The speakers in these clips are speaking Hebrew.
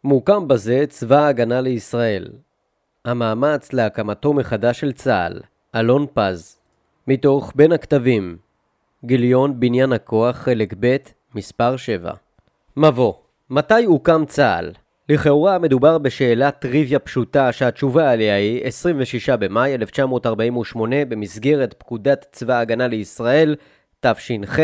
מוקם בזה צבא ההגנה לישראל. המאמץ להקמתו מחדש של צה"ל. אלון פז. מתוך בין הכתבים. גיליון בניין הכוח חלק ב' מספר 7. מבוא. מתי הוקם צה"ל? לכאורה מדובר בשאלת טריוויה פשוטה שהתשובה עליה היא 26 במאי 1948 במסגרת פקודת צבא ההגנה לישראל תש"ח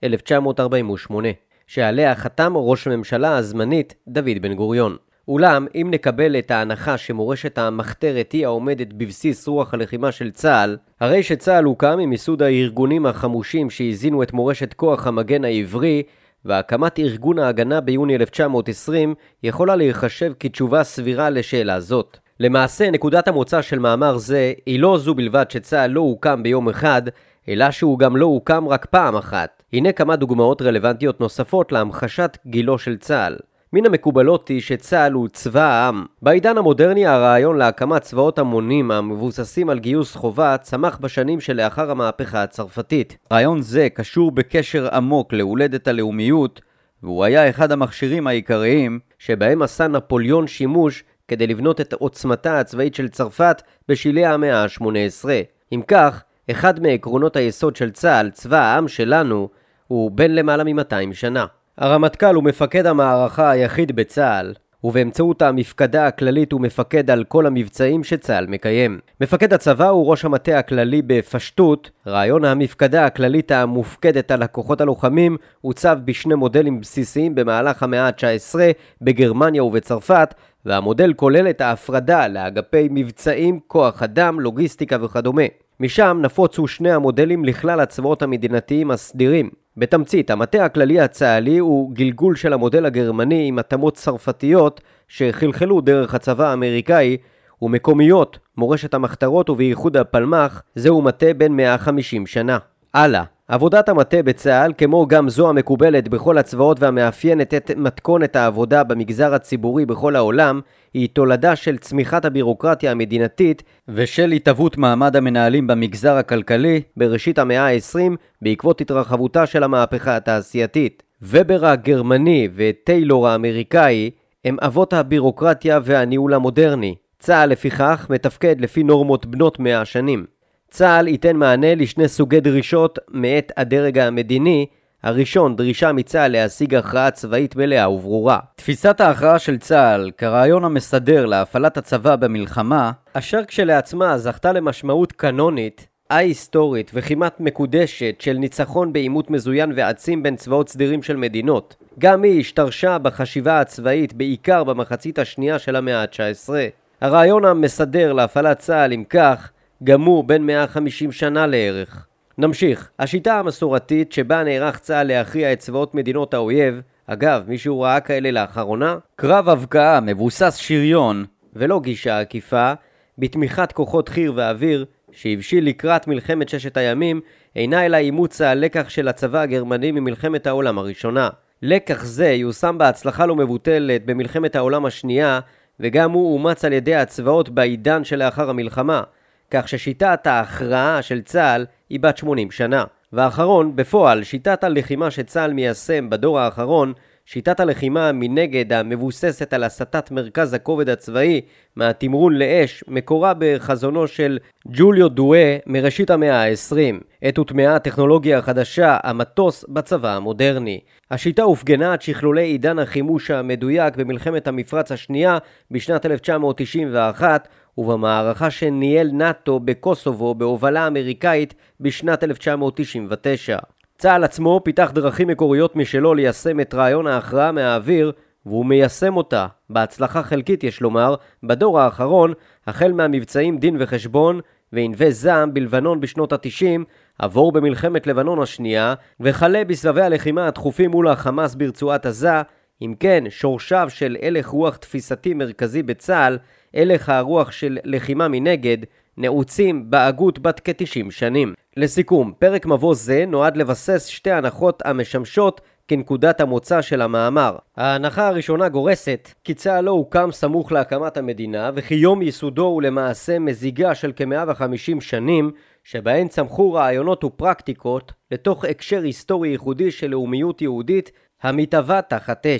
1948, שעליה חתם ראש הממשלה הזמנית דוד בן גוריון. אולם אם נקבל את ההנחה שמורשת המחתרת היא העומדת בבסיס רוח הלחימה של צה"ל, הרי שצה"ל הוקם עם ייסוד הארגונים החמושים שהזינו את מורשת כוח המגן העברי, והקמת ארגון ההגנה ביוני 1920 יכולה להיחשב כתשובה סבירה לשאלה זאת. למעשה נקודת המוצא של מאמר זה היא לא זו בלבד שצה"ל לא הוקם ביום אחד, אלא שהוא גם לא הוקם רק פעם אחת. הנה כמה דוגמאות רלוונטיות נוספות להמחשת גילו של צה"ל. מן המקובלות היא שצה"ל הוא צבא העם. בעידן המודרני הרעיון להקמת צבאות המונים המבוססים על גיוס חובה צמח בשנים שלאחר המהפכה הצרפתית. רעיון זה קשור בקשר עמוק להולדת הלאומיות, והוא היה אחד המכשירים העיקריים שבהם עשה נפוליאון שימוש כדי לבנות את עוצמתה הצבאית של צרפת בשלהי המאה ה-18. אם כך, אחד מעקרונות היסוד של צה"ל, צבא העם שלנו, הוא בן למעלה מ-200 שנה. הרמטכ"ל הוא מפקד המערכה היחיד בצה"ל, ובאמצעות המפקדה הכללית הוא מפקד על כל המבצעים שצה"ל מקיים. מפקד הצבא הוא ראש המטה הכללי בפשטות. רעיון המפקדה הכללית המופקדת על הכוחות הלוחמים הוצב בשני מודלים בסיסיים במהלך המאה ה-19 בגרמניה ובצרפת, והמודל כולל את ההפרדה לאגפי מבצעים, כוח אדם, לוגיסטיקה וכדומה. משם נפוצו שני המודלים לכלל הצבאות המדינתיים הסדירים. בתמצית, המטה הכללי הצה"לי הוא גלגול של המודל הגרמני עם התאמות צרפתיות שחלחלו דרך הצבא האמריקאי, ומקומיות, מורשת המחתרות ובייחוד הפלמ"ח, זהו מטה בין 150 שנה. הלאה. עבודת המטה בצה"ל, כמו גם זו המקובלת בכל הצבאות והמאפיינת את מתכונת העבודה במגזר הציבורי בכל העולם, היא תולדה של צמיחת הבירוקרטיה המדינתית ושל התהוות מעמד המנהלים במגזר הכלכלי בראשית המאה ה-20 בעקבות התרחבותה של המהפכה התעשייתית. ובר הגרמני וטיילור האמריקאי הם אבות הבירוקרטיה והניהול המודרני. צה"ל לפיכך מתפקד לפי נורמות בנות 100 שנים. צה"ל ייתן מענה לשני סוגי דרישות מאת הדרג המדיני. הראשון, דרישה מצה"ל להשיג הכרעה צבאית מלאה וברורה. תפיסת ההכרעה של צה"ל כרעיון המסדר להפעלת הצבא במלחמה, אשר כשלעצמה זכתה למשמעות קנונית, היסטורית וכמעט מקודשת של ניצחון בעימות מזוין ועצים בין צבאות סדירים של מדינות. גם היא השתרשה בחשיבה הצבאית בעיקר במחצית השנייה של המאה ה-19. הרעיון המסדר להפעלת צה"ל אם כך, גם הוא בין 150 שנה לערך. נמשיך. השיטה המסורתית שבה נערך צה"ל להכריע את צבאות מדינות האויב, אגב, מישהו ראה כאלה לאחרונה? קרב הבקעה מבוסס שריון ולא גישה עקיפה, בתמיכת כוחות חי"ר ואוויר שהבשיל לקראת מלחמת ששת הימים, אינה אלא אימוץ הלקח של הצבא הגרמני ממלחמת העולם הראשונה. לקח זה יושם בהצלחה לא מבוטלת במלחמת העולם השנייה, וגם הוא אומץ על ידי הצבאות בעידן שלאחר המלחמה, כך ששיטת ההכרעה של צה"ל היא בת 80 שנה. והאחרון, בפועל, שיטת הלחימה שצה"ל מיישם בדור האחרון, שיטת הלחימה מנגד המבוססת על הסטת מרכז הכובד הצבאי מהתמרון לאש, מקורה בחזונו של ג'וליו דואה מראשית המאה ה-20. עת הוטמעה הטכנולוגיה החדשה, המטוס, בצבא המודרני. השיטה הופגנה עד שכלולי עידן החימוש המדויק במלחמת המפרץ השנייה בשנת 1991, ובמערכה שניהל נאטו בקוסובו בהובלה אמריקאית בשנת 1999. צה"ל עצמו פיתח דרכים מקוריות משלו ליישם את רעיון ההכרעה מהאוויר, והוא מיישם אותה, בהצלחה חלקית יש לומר, בדור האחרון, החל מהמבצעים דין וחשבון וענבי זעם בלבנון בשנות ה-90, עבור במלחמת לבנון השנייה, וחלה בסבבי הלחימה הדחופים מול החמאס ברצועת עזה. אם כן, שורשיו של הלך רוח תפיסתי מרכזי בצה"ל, הלך הרוח של לחימה מנגד, נעוצים בהגות בת כ-90 שנים. לסיכום, פרק מבוא זה נועד לבסס שתי הנחות המשמשות כנקודת המוצא של המאמר. ההנחה הראשונה גורסת כי צה"ל לא הוקם סמוך להקמת המדינה, וכי יום ייסודו הוא למעשה מזיגה של כ-150 שנים, שבהן צמחו רעיונות ופרקטיקות לתוך הקשר היסטורי ייחודי של לאומיות יהודית המתהווה תחת אש.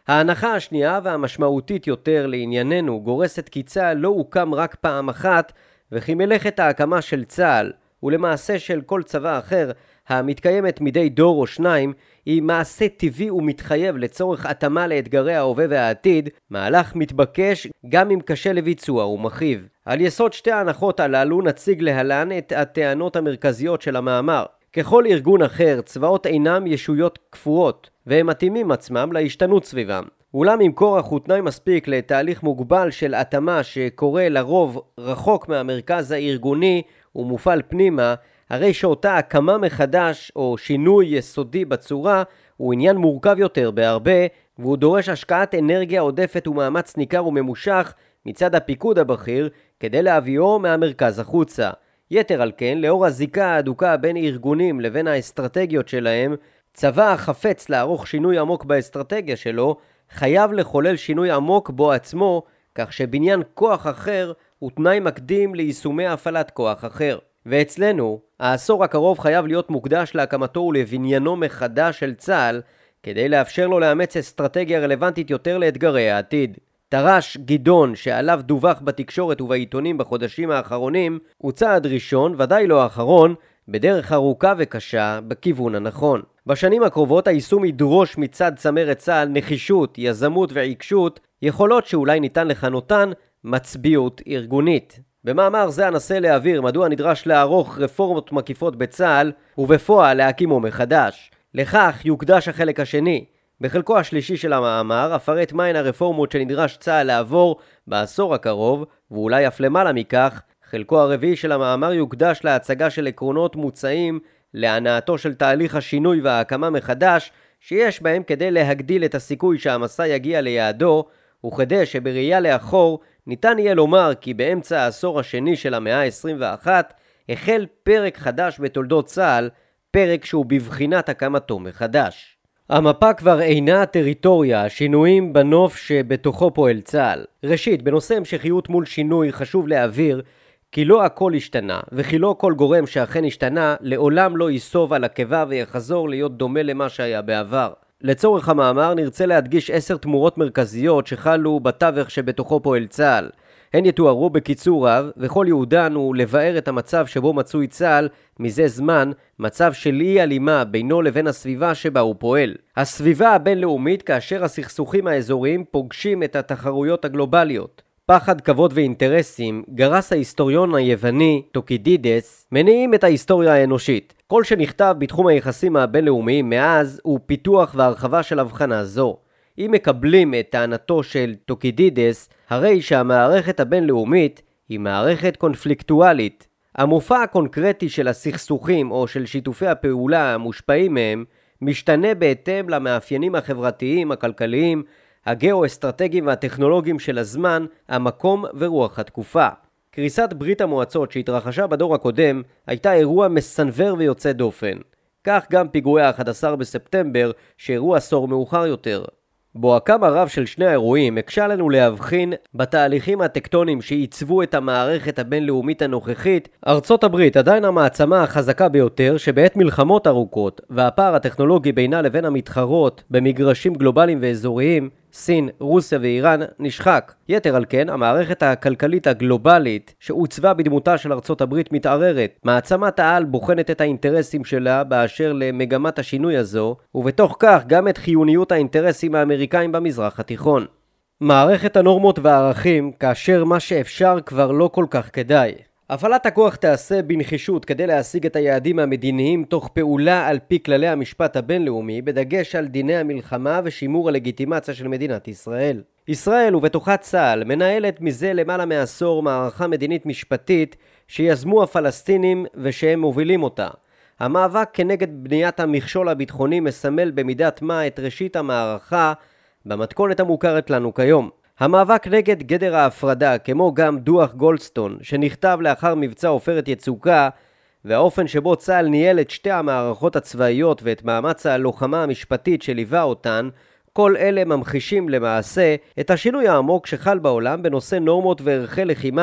ההנחה השנייה והמשמעותית יותר לענייננו גורסת כי צה"ל לא הוקם רק פעם אחת, וכי מלאכת ההקמה של צה"ל, ולמעשה של כל צבא אחר, המתקיימת מדי דור או שניים, היא מעשה טבעי ומתחייב לצורך התאמה לאתגרי ההווה והעתיד, מהלך מתבקש גם אם קשה לביצוע ומכאיב. על יסוד שתי ההנחות הללו נציג להלן את הטענות המרכזיות של המאמר. ככל ארגון אחר, צבאות אינם ישויות כפויות, והם מתאימים עצמם להשתנות סביבם. אולם אם כורח הוא תנאי מספיק לתהליך מוגבל של התאמה שקורה לרוב רחוק מהמרכז הארגוני ומופעל פנימה, הרי שאותה הקמה מחדש או שינוי יסודי בצורה הוא עניין מורכב יותר בהרבה, והוא דורש השקעת אנרגיה עודפת ומאמץ ניכר וממושך מצד הפיקוד הבכיר כדי להביאו מהמרכז החוצה. יתר על כן, לאור הזיקה ההדוקה בין ארגונים לבין האסטרטגיות שלהם, צבא החפץ לערוך שינוי עמוק באסטרטגיה שלו, חייב לחולל שינוי עמוק בו עצמו, כך שבניין כוח אחר הוא תנאי מקדים ליישומי הפעלת כוח אחר. ואצלנו, העשור הקרוב חייב להיות מוקדש להקמתו ולבניינו מחדש של צה"ל, כדי לאפשר לו לאמץ אסטרטגיה רלוונטית יותר לאתגרי העתיד. תר"ש גדעון שעליו דווח בתקשורת ובעיתונים בחודשים האחרונים, הוא צעד ראשון, ודאי לא האחרון, בדרך ארוכה וקשה בכיוון הנכון. בשנים הקרובות היישום ידרוש מצד צמרת צה"ל נחישות, יזמות ועיקשות, יכולות שאולי ניתן לכנותן מצביעות ארגונית. במאמר זה אנסה להעביר מדוע נדרש לערוך רפורמות מקיפות בצה"ל, ובפועל להקימו מחדש. לכך יוקדש החלק השני. בחלקו השלישי של המאמר אפרט מהן הרפורמות שנדרש צה"ל לעבור בעשור הקרוב, ואולי אף למעלה מכך. חלקו הרביעי של המאמר יוקדש להצגה של עקרונות מוצעים להנעתו של תהליך השינוי וההקמה מחדש, שיש בהם כדי להגדיל את הסיכוי שהמסע יגיע ליעדו, וכדי שבראייה לאחור ניתן יהיה לומר כי באמצע העשור השני של המאה ה-21 החל פרק חדש בתולדות צה"ל, פרק שהוא בבחינת הקמתו מחדש. המפה כבר אינה טריטוריה, שינויים בנוף שבתוכו פועל צה"ל. ראשית, בנושא המשכיות מול שינוי חשוב להעביר כי לא הכל השתנה, וכי לא כל גורם שאכן השתנה לעולם לא ייסוב על עקבה ויחזור להיות דומה למה שהיה בעבר. לצורך המאמר נרצה להדגיש 10 תמורות מרכזיות שחלו בתווך שבתוכו פועל צה"ל. הן יתוארו בקיצור רב, וכל ייעודן הוא לבאר את המצב שבו מצוי צה"ל מזה זמן, מצב של אי הלימה בינו לבין הסביבה שבה הוא פועל. הסביבה הבינלאומית כאשר הסכסוכים האזוריים פוגשים את התחרויות הגלובליות. פחד, כבוד ואינטרסים, גרס ההיסטוריון היווני טוקידידס, מניעים את ההיסטוריה האנושית. כל שנכתב בתחום היחסים הבינלאומיים מאז הוא פיתוח והרחבה של הבחנה זו. אם מקבלים את טענתו של טוקידידס, הרי שהמערכת הבינלאומית היא מערכת קונפליקטואלית. המופע הקונקרטי של הסכסוכים או של שיתופי הפעולה המושפעים מהם משתנה בהתאם למאפיינים החברתיים, הכלכליים, הגאו-אסטרטגיים והטכנולוגיים של הזמן, המקום ורוח התקופה. קריסת ברית המועצות שהתרחשה בדור הקודם הייתה אירוע מסנבר ויוצא דופן. כך גם פיגועי ה-11 בספטמבר שאירעו עשור מאוחר יותר. בועקם הרב של שני האירועים הקשה לנו להבחין בתהליכים הטקטוניים שעיצבו את המערכת הבינלאומית הנוכחית. ארצות הברית עדיין המעצמה החזקה ביותר שבעת מלחמות ארוכות, והפער הטכנולוגי בינה לבין המתחרות במגרשים גלובליים ואזוריים, סין, רוסיה ואיראן, נשחק. יתר על כן, המערכת הכלכלית הגלובלית שעוצבה בדמותה של ארצות הברית מתערערת. מעצמת העל בוחנת את האינטרסים שלה באשר למגמת השינוי הזו, ובתוך כך גם את חיוניות האינטרסים האמריקאים במזרח התיכון. מערכת הנורמות והערכים, כאשר מה שאפשר כבר לא כל כך כדאי. הפעלת הכוח תעשה בנחישות כדי להשיג את היעדים המדיניים תוך פעולה על פי כללי המשפט הבינלאומי, בדגש על דיני המלחמה ושימור הלגיטימציה של מדינת ישראל. ישראל ובתוכה צה"ל מנהלת מזה למעלה מעשור מערכה מדינית משפטית שיזמו הפלסטינים ושהם מובילים אותה. המאבק כנגד בניית המכשול הביטחוני מסמל במידת מה את ראשית המערכה במתכונת המוכרת לנו כיום. המאבק נגד גדר ההפרדה, כמו גם דוח גולדסטון שנכתב לאחר מבצע עופרת יצוקה, והאופן שבו צה"ל ניהל את שתי המערכות הצבאיות ואת מאמץ הלוחמה המשפטית שליווה אותן, כל אלה ממחישים למעשה את השינוי העמוק שחל בעולם בנושא נורמות וערכי לחימה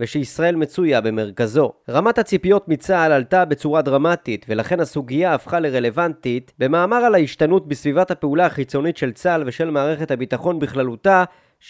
ושישראל מצויה במרכזו. רמת הציפיות מצה"ל עלתה בצורה דרמטית, ולכן הסוגיה הפכה לרלוונטית. במאמר על ההשתנות בסביבת הפעולה החיצונית של צה"ל ושל מערכת הביטחון בכללותה,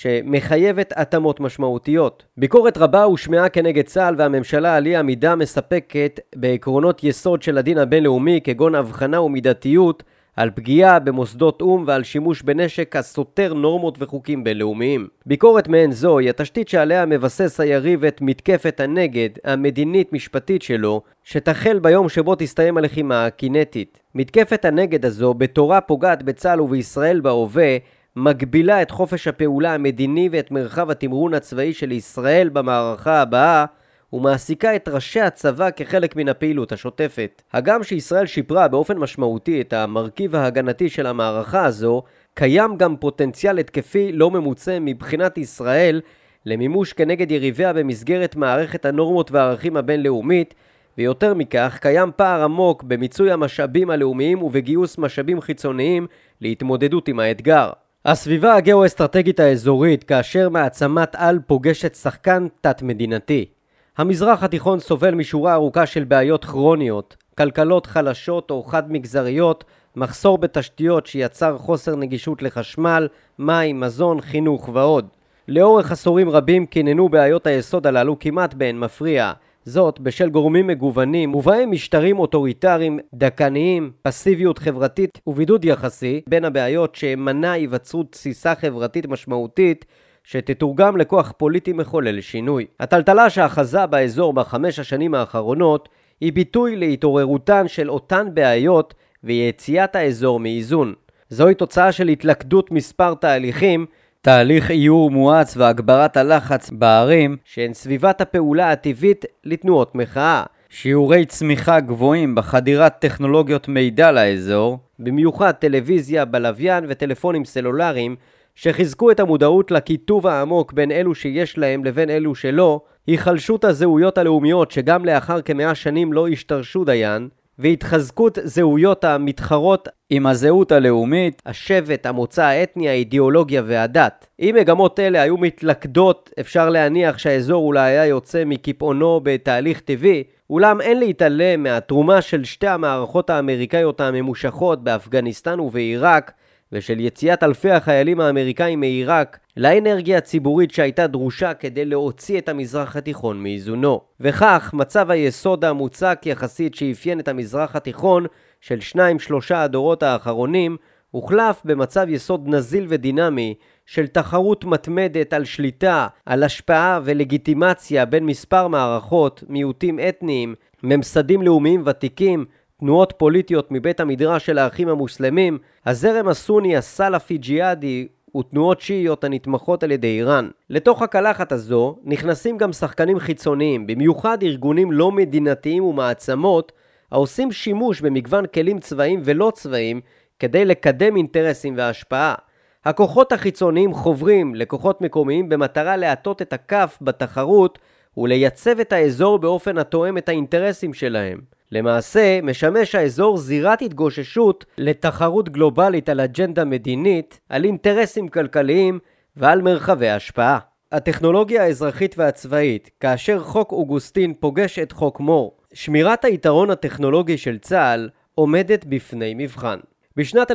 שמחייבת התאמות משמעותיות. ביקורת רבה הושמעה כנגד צה"ל והממשלה על אי עמידה מספקת בעקרונות יסוד של הדין הבינלאומי, כגון הבחנה ומידתיות, על פגיעה במוסדות אום ועל שימוש בנשק הסותר נורמות וחוקים בינלאומיים. ביקורת מעין זו היא התשתית שעליה מבסס היריב את מתקפת הנגד המדינית-משפטית שלו, שתחל ביום שבו תסתיים הלחימה הקינטית. מתקפת הנגד הזו בתורה פוגעת בצה"ל ובישראל בהווה, מגבילה את חופש הפעולה המדיני ואת מרחב התמרון הצבאי של ישראל במערכה הבאה, ומעסיקה את ראשי הצבא כחלק מן הפעילות השוטפת. הגם שישראל שיפרה באופן משמעותי את המרכיב ההגנתי של המערכה הזו, קיים גם פוטנציאל התקפי לא ממוצע מבחינת ישראל למימוש כנגד יריביה במסגרת מערכת הנורמות והערכים הבינלאומית, ויותר מכך קיים פער עמוק במיצוי המשאבים הלאומיים ובגיוס משאבים חיצוניים להתמודדות עם האתגר. הסביבה הגאו-אסטרטגית האזורית כאשר מעצמת על פוגשת שחקן תת-מדינתי. המזרח התיכון סובל משורה ארוכה של בעיות כרוניות, כלכלות חלשות או חד-מגזריות, מחסור בתשתיות שיצר חוסר נגישות לחשמל, מים, מזון, חינוך ועוד. לאורך עשורים רבים כיננו בעיות היסוד הללו כמעט באין מפריע, זאת בשל גורמים מגוונים ובהם משטרים אוטוריטריים, דכאניים, פסיביות חברתית ובידוד יחסי. בין הבעיות שמנע היווצרות תסיסה חברתית משמעותית שתתורגם לכוח פוליטי מחולל שינוי. הטלטלה שאחזה באזור בחמש השנים האחרונות היא ביטוי להתעוררותן של אותן בעיות ויציאת האזור מאיזון. זוהי תוצאה של התלכדות מספר תהליכים, תהליך איור מואץ והגברת הלחץ בערים שהן סביבת הפעולה הטבעית לתנועות מחאה, שיעורי צמיחה גבוהים בחדירת טכנולוגיות מידע לאזור, במיוחד טלוויזיה בלוויין וטלפונים סלולריים, שחיזקו את המודעות לכיתוב העמוק בין אלו שיש להם לבין אלו שלא, היחלשות הזהויות הלאומיות שגם לאחר כ100 שנים לא השתרשו דיין, והתחזקות זהויות המתחרות עם הזהות הלאומית, השבט, המוצא האתני, האידיאולוגיה והדת. אם מגמות אלה היו מתלכדות, אפשר להניח שהאזור אולי היה יוצא מקיפאונו בתהליך טבעי, אולם אין להתעלם מהתרומה של שתי המערכות האמריקאיות הממושכות באפגניסטן ובעיראק, ושל יציאת אלפי החיילים האמריקאים מעיראק לאנרגיה הציבורית שהייתה דרושה כדי להוציא את המזרח התיכון מאיזונו. וכך מצב היסוד המוצק יחסית שאפיין את המזרח התיכון של 2-3 הדורות האחרונים הוחלף במצב יסוד נזיל ודינמי של תחרות מתמדת על שליטה, על השפעה ולגיטימציה בין מספר מערכות, מיעוטים אתניים, ממסדים לאומיים ותיקים, תנועות פוליטיות מבית המדרש של האחים המוסלמים, הזרם הסוני הסלאפי ג'יהאדי ותנועות שיעיות הנתמכות על ידי איראן. לתוך הקלחת הזו נכנסים גם שחקנים חיצוניים, במיוחד ארגונים לא מדינתיים ומעצמות, העושים שימוש במגוון כלים צבאיים ולא צבאיים כדי לקדם אינטרסים והשפעה. הכוחות החיצוניים חוברים לכוחות מקומיים במטרה להטות את הכף בתחרות ולייצב את האזור באופן התואם את האינטרסים שלהם. למעשה, משמש האזור זירת התגוששות לתחרות גלובלית על אג'נדה מדינית, על אינטרסים כלכליים ועל מרחבי השפעה. הטכנולוגיה האזרחית והצבאית, כאשר חוק אוגוסטין פוגש את חוק מור, שמירת היתרון הטכנולוגי של צה"ל עומדת בפני מבחן. בשנת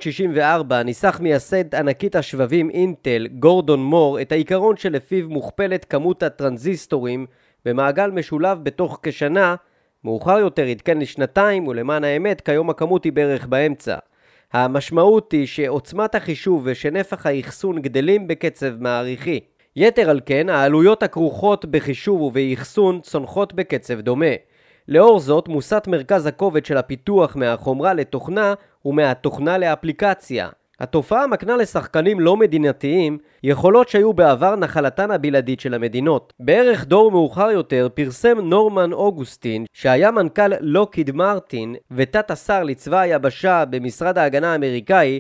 1964 ניסח מייסד ענקית השבבים אינטל, גורדון מור, את העיקרון שלפיו מוכפלת כמות הטרנזיסטורים במעגל משולב בתוך כשנה, מאוחר יותר התקן לשנתיים, ולמען האמת כיום הכמות היא בערך באמצע. המשמעות היא שעוצמת החישוב ושנפח האחסון גדלים בקצב מעריכי. יתר על כן, העלויות הכרוכות בחישוב ובאחסון צונחות בקצב דומה. לאור זאת, מוסט מרכז הכובד של הפיתוח מהחומרה לתוכנה ומהתוכנה לאפליקציה. התופעה מקנה לשחקנים לא מדינתיים יכולות שהיו בעבר נחלתן הבלעדית של המדינות. בערך דור מאוחר יותר פרסם נורמן אוגוסטין, שהיה מנכ"ל לוקיד מרטין ותת השר לצבא היבשה במשרד ההגנה האמריקאי,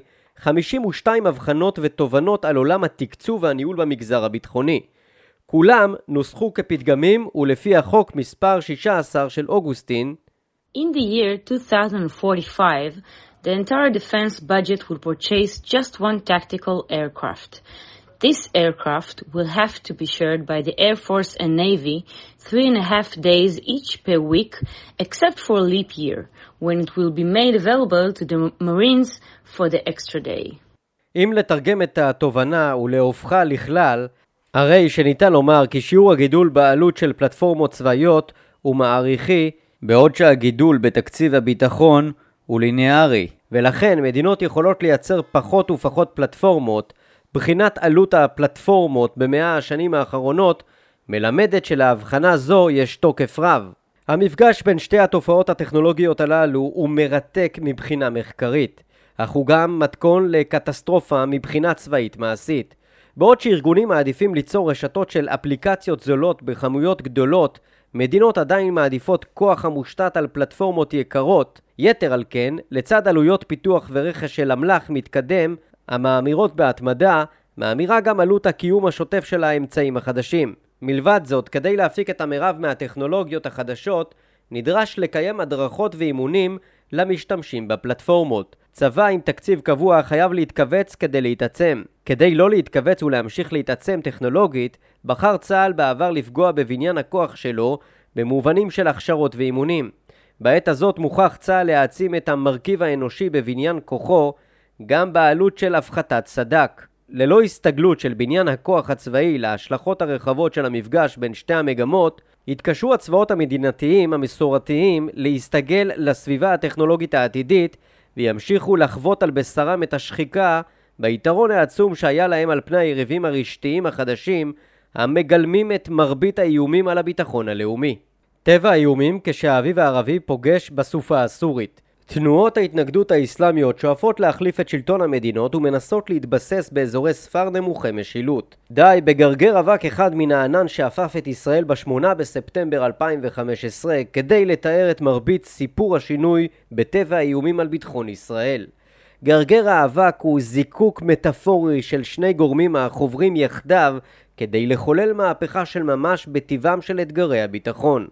52 הבחנות ותובנות על עולם התקצוב והניהול במגזר הביטחוני. כולם נוסחו כפתגמים ולפי החוק מספר 16 של אוגוסטין. In the year 2045, the entire defense budget will purchase just one tactical aircraft. this aircraft will have to be shared by the Air Force and Navy 3.5 days each per week, except for leap year, when it will be made available to the Marines for the extra day. אם לתרגם את התובנה ולהופכה לכלל, הרי שניתן לומר כי שיעור הגידול בעלות של פלטפורמות צבאיות הוא מעריכי, בעוד שהגידול בתקציב הביטחון הוא ליניארי, ולכן מדינות יכולות לייצר פחות ופחות פלטפורמות. בחינת עלות הפלטפורמות במאה השנים האחרונות מלמדת שלהבחנה זו יש תוקף רב. המפגש בין שתי התופעות הטכנולוגיות הללו הוא מרתק מבחינה מחקרית, אך הוא גם מתכון לקטסטרופה מבחינה צבאית מעשית. בעוד שארגונים מעדיפים ליצור רשתות של אפליקציות זולות בכמויות גדולות, מדינות עדיין מעדיפות כוח המושתת על פלטפורמות יקרות. יתר על כן, לצד עלויות פיתוח ורכש של אמל"ח מתקדם, המאמירות בהתמדה, מאמירה גם עלות הקיום השוטף של האמצעים החדשים. מלבד זאת, כדי להפיק את המרב מהטכנולוגיות החדשות, נדרש לקיים הדרכות ואימונים למשתמשים בפלטפורמות. צבא עם תקציב קבוע חייב להתכווץ כדי להתעצם. כדי לא להתכווץ ולהמשיך להתעצם טכנולוגית, בחר צה"ל בעבר לפגוע בבניין הכוח שלו במובנים של הכשרות ואימונים. בעת הזאת מוכרח צה"ל להעצים את המרכיב האנושי בבניין כוחו, גם בעלות של הפחתת סד"כ. ללא הסתגלות של בניין הכוח הצבאי להשלכות הרחבות של המפגש בין שתי המגמות, התקשו הצבאות המדינתיים המסורתיים להסתגל לסביבה הטכנולוגית העתידית, וימשיכו לחוות על בשרם את השחיקה ביתרון העצום שהיה להם על פני היריבים הרשתיים החדשים, המגלמים את מרבית האיומים על הביטחון הלאומי. טבע האיומים כשהאביב הערבי פוגש בסופה הסורית. תנועות ההתנגדות האסלאמיות שואפות להחליף את שלטון המדינות ומנסות להתבסס באזורי ספר נמוכי משילות. די בגרגר אבק אחד מן הענן שאפף את ישראל ב8 בספטמבר 2015 כדי לתאר את מרבית סיפור השינוי בטבע האיומים על ביטחון ישראל. גרגר האבק הוא זיקוק מטאפורי של שני גורמים החוברים יחדיו כדי לחולל מהפכה של ממש בטבעם של אתגרי הביטחון.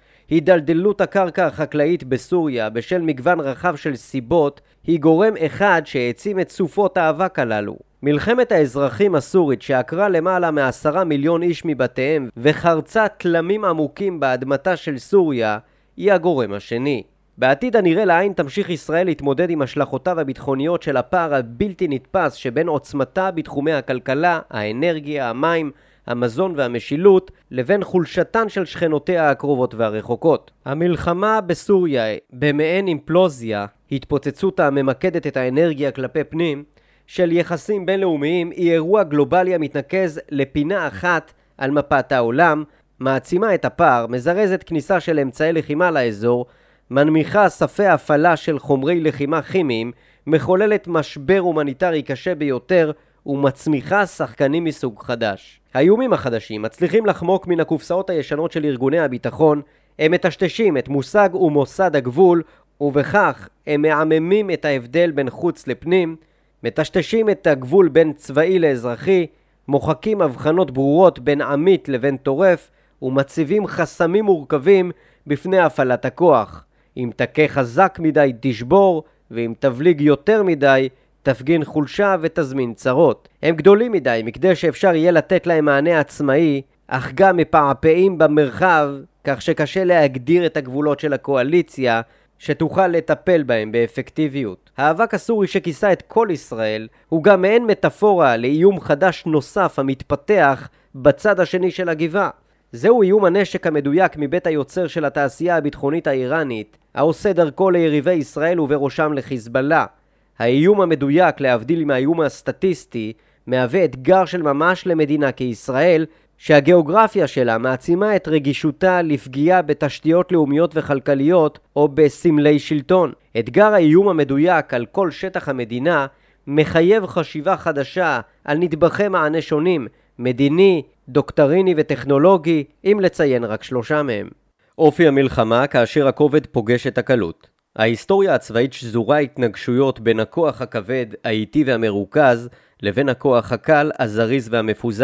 הידלדלות הקרקע החקלאית בסוריה בשל מגוון רחב של סיבות היא גורם אחד שהעצים את סופות האבק הללו. מלחמת האזרחים הסורית שעקרה למעלה מ10 מיליון איש מבתיהם וחרצה תלמים עמוקים באדמתה של סוריה היא הגורם השני. בעתיד הנראה לעין תמשיך ישראל להתמודד עם השלכותיו הביטחוניות של הפער הבלתי נתפס שבין עוצמתה בתחומי הכלכלה, האנרגיה, המים, המזון והמשילות, לבין חולשתן של שכנותיה הקרובות והרחוקות. המלחמה בסוריה במעין אימפלוזיה, התפוצצות הממקדת את האנרגיה כלפי פנים, של יחסים בינלאומיים היא אירוע גלובלי המתנקז לפינה אחת על מפת העולם, מעצימה את הפער, מזרזת כניסה של אמצעי לחימה לאזור, מנמיכה ספי הפעלה של חומרי לחימה כימיים, מחוללת משבר הומניטרי קשה ביותר ומצמיחה שחקנים מסוג חדש. האיומים החדשים מצליחים לחמוק מן הקופסאות הישנות של ארגוני הביטחון, הם מטשטשים את מושג ומוסד הגבול, ובכך הם מעממים את ההבדל בין חוץ לפנים, מטשטשים את הגבול בין צבאי לאזרחי, מוחקים הבחנות ברורות בין עמית לבין טורף, ומציבים חסמים מורכבים בפני הפעלת הכוח. אם תכה חזק מדי תשבור, ואם תבליג יותר מדי תפגין חולשה ותזמין צרות. הם גדולים מדי מכדי שאפשר יהיה לתת להם מענה עצמאי, אך גם מפעפעים במרחב, כך שקשה להגדיר את הגבולות של הקואליציה שתוכל לטפל בהם באפקטיביות. האבק הסורי שכיסה את כל ישראל הוא גם מעין מטאפורה לאיום חדש נוסף המתפתח בצד השני של הגבעה. זהו איום הנשק המדויק מבית היוצר של התעשייה הביטחונית האיראנית, העושה דרכו ליריבי ישראל ובראשם לחיזבאללה. האיום המדויק, להבדיל מהאיום הסטטיסטי, מהווה אתגר של ממש למדינה כישראל, שהגיאוגרפיה שלה מעצימה את רגישותה לפגיעה בתשתיות לאומיות וכלכליות או בסמלי שלטון. אתגר האיום המדויק על כל שטח המדינה מחייב חשיבה חדשה על נדבכי מענה שונים, מדיני, דוקטריני וטכנולוגי, אם לציין רק 3 מהם. אופי המלחמה כאשר הכובד פוגש את הקלות. ההיסטוריה הצבאית שזורה התנגשויות בין הכוח הכבד, האיטי והמרוכז, לבין הכוח הקל, הזריז והמפוזר.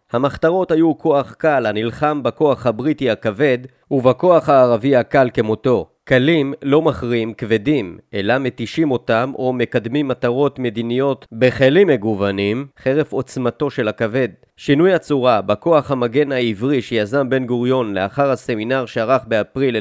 המחתרות היו כוח קל הנלחם בכוח הבריטי הכבד ובכוח הערבי הקל כמותו. קלים לא מכריעים כבדים, אלא מתישים אותם או מקדמים מטרות מדיניות בכלים מגוונים, חרף עוצמתו של הכבד. שינוי הצורה בכוח המגן העברי שיזם בן גוריון לאחר הסמינר שערך באפריל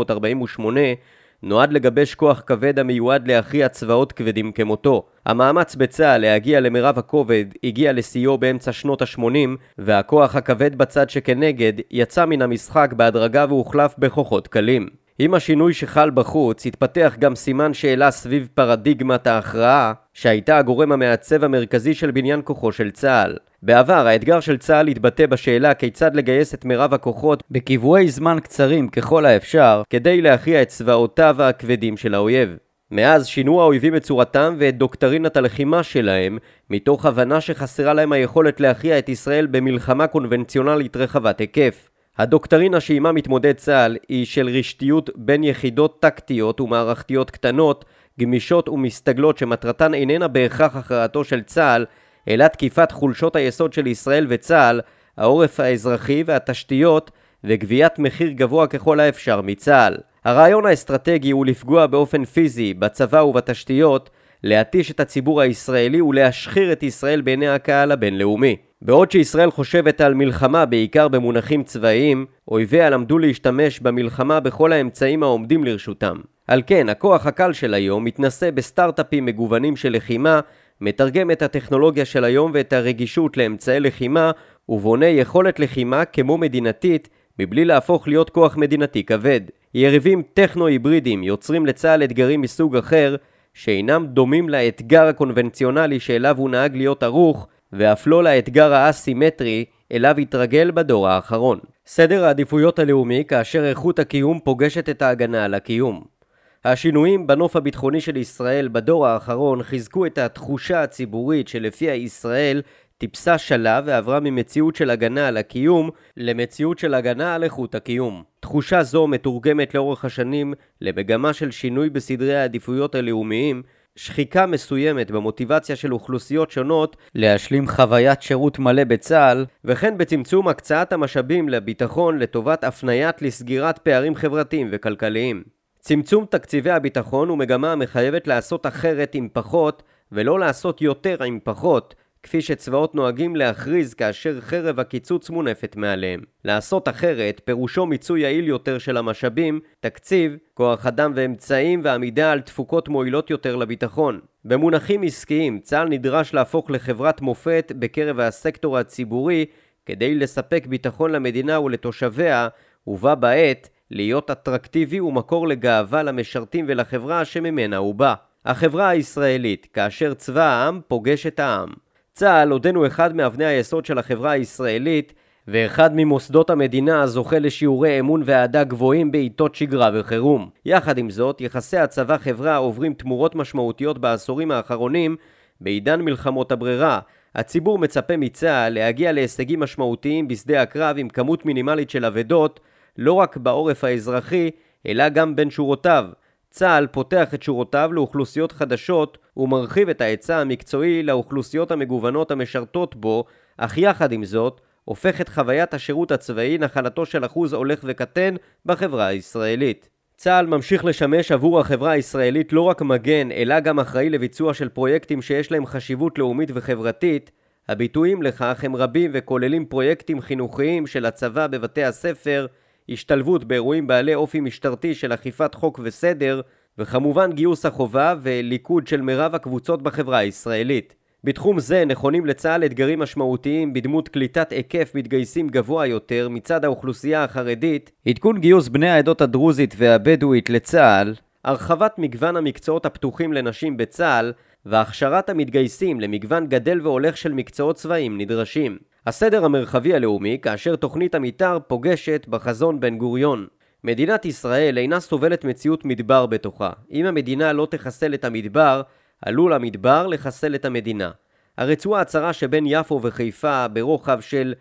1948, נועד לגבש כוח כבד המיועד להכריע צבאות כבדים כמותו. המאמץ בצה"ל להגיע למרב הכובד הגיע לשיאו באמצע שנות ה-80, והכוח הכבד בצד שכנגד יצא מן המשחק בהדרגה והוחלף בכוחות קלים. עם השינוי שחל בחוץ, התפתח גם סימן שאלה סביב פרדיגמת ההכרעה, שהייתה הגורם המעצב המרכזי של בניין כוחו של צה"ל. בעבר, האתגר של צה"ל התבטא בשאלה כיצד לגייס את מרב הכוחות בקבועי זמן קצרים ככל האפשר, כדי להכריע את צבאותיו הכבדים של האויב. מאז שינו האויבים את צורתם ואת דוקטרינת הלחימה שלהם, מתוך הבנה שחסרה להם היכולת להכריע את ישראל במלחמה קונבנציונלית רחבת היקף. הדוקטרינה שעימה מתמודד צה"ל היא של רשתיות בין יחידות טקטיות ומערכתיות קטנות, גמישות ומסתגלות שמטרתן איננה בהכרח הכרעתו של צה"ל, אלא תקיפת חולשות היסוד של ישראל וצה"ל, העורף האזרחי והתשתיות, וגביית מחיר גבוה ככל האפשר מצה"ל. הרעיון האסטרטגי הוא לפגוע באופן פיזי בצבא ובתשתיות, להתיש את הציבור הישראלי ולהשחיר את ישראל בעיני הקהל הבינלאומי. בעוד שישראל חושבת על מלחמה בעיקר במונחים צבאיים, אויביה למדו להשתמש במלחמה בכל האמצעים העומדים לרשותם. על כן, הכוח הקל של היום מתנסה בסטארט-אפים מגוונים של לחימה, מתרגם את הטכנולוגיה של היום ואת הרגישות לאמצעי לחימה, ובונה יכולת לחימה כמו מדינתית, מבלי להפוך להיות כוח מדינתי כבד. יריבים טכנו-היברידים יוצרים לצה"ל אתגרים מסוג אחר, שאינם דומים לאתגר הקונבנציונלי שאליו הוא נהג להיות ערוך, ואף לא לאתגר האסימטרי אליו התרגל בדור האחרון. סדר העדיפויות הלאומי כאשר איכות הקיום פוגשת את ההגנה על הקיום. השינויים בנוף הביטחוני של ישראל בדור האחרון חיזקו את התחושה הציבורית שלפיה ישראל טיפסה שלב ועברה ממציאות של הגנה על הקיום למציאות של הגנה על איכות הקיום. תחושה זו מתורגמת לאורך השנים למגמה של שינוי בסדרי העדיפויות הלאומיים, שחיקה מסוימת במוטיבציה של אוכלוסיות שונות להשלים חוויית שירות מלא בצה"ל, וכן בצמצום הקצאת המשאבים לביטחון לטובת הפניית לסגירת פערים חברתיים וכלכליים. צמצום תקציבי הביטחון הוא מגמה המחייבת לעשות אחרת עם פחות, ולא לעשות יותר עם פחות, כפי שצבאות נוהגים להכריז כאשר חרב הקיצוץ מונפת מעליהם. לעשות אחרת פירושו מיצוי יעיל יותר של המשאבים, תקציב, כוח אדם ואמצעים ועמידה על תפוקות מועילות יותר לביטחון. במונחים עסקיים, צה"ל נדרש להפוך לחברת מופת בקרב הסקטור הציבורי כדי לספק ביטחון למדינה ולתושביה, ובה בעת להיות אטרקטיבי ומקור לגאווה למשרתים ולחברה שממנה הוא בא. החברה הישראלית, כאשר צבא העם פוגש את העם. צה"ל עודנו אחד מאבני היסוד של החברה הישראלית, ואחד ממוסדות המדינה הזוכה לשיעורי אמון והעדה גבוהים בעיתות שגרה וחירום. יחד עם זאת, יחסי הצבא-חברה עוברים תמורות משמעותיות בעשורים האחרונים. בעידן מלחמות הברירה, הציבור מצפה מצה"ל להגיע להישגים משמעותיים בשדה הקרב עם כמות מינימלית של עבדות, לא רק בעורף האזרחי, אלא גם בין שורותיו. צה"ל פותח את שורותיו לאוכלוסיות חדשות ומרחיב את ההיצע המקצועי לאוכלוסיות המגוונות המשרתות בו, אך יחד עם זאת, הופך את חוויית השירות הצבאי נחלתו של אחוז הולך וקטן בחברה הישראלית. צה"ל ממשיך לשמש עבור החברה הישראלית לא רק מגן, אלא גם אחראי לביצוע של פרויקטים שיש להם חשיבות לאומית וחברתית. הביטויים לכך הם רבים וכוללים פרויקטים חינוכיים של הצבא בבתי הספר, השתלבות באירועים בעלי אופי משטרתי של אכיפת חוק וסדר, וכמובן גיוס החובה וליקוד של מרב הקבוצות בחברה הישראלית. בתחום זה נכונים לצה"ל אתגרים משמעותיים בדמות קליטת היקף מתגייסים גבוה יותר מצד האוכלוסייה החרדית, עדכון גיוס בני העדות הדרוזית והבדואית לצה"ל, הרחבת מגוון המקצועות הפתוחים לנשים בצה"ל, והכשרת המתגייסים למגוון גדל והולך של מקצועות צבאיים נדרשים. הסדר המרחבי הלאומי כאשר תוכנית המתאר פוגשת בחזון בן גוריון. מדינת ישראל אינה סובלת מציאות מדבר בתוכה. אם המדינה לא תחסל את המדבר, עלול המדבר לחסל את המדינה. הרצועה הצרה שבין יפו וחיפה ברוחב של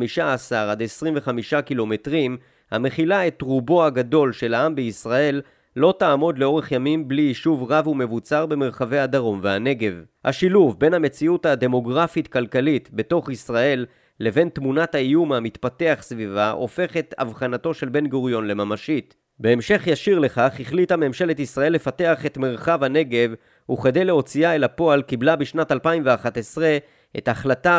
15 עד 25 קילומטרים, המכילה את רובו הגדול של העם בישראל, לא תעמוד לאורך ימים בלי יישוב רב ומבוצר במרחבי הדרום והנגב. השילוב בין המציאות הדמוגרפית-כלכלית בתוך ישראל לבין תמונת האיום המתפתח סביבה הופך את הבחנתו של בן גוריון לממשית. בהמשך ישיר לכך החליטה ממשלת ישראל לפתח את מרחב הנגב, וכדי להוציאה אל הפועל קיבלה בשנת 2011 את החלטה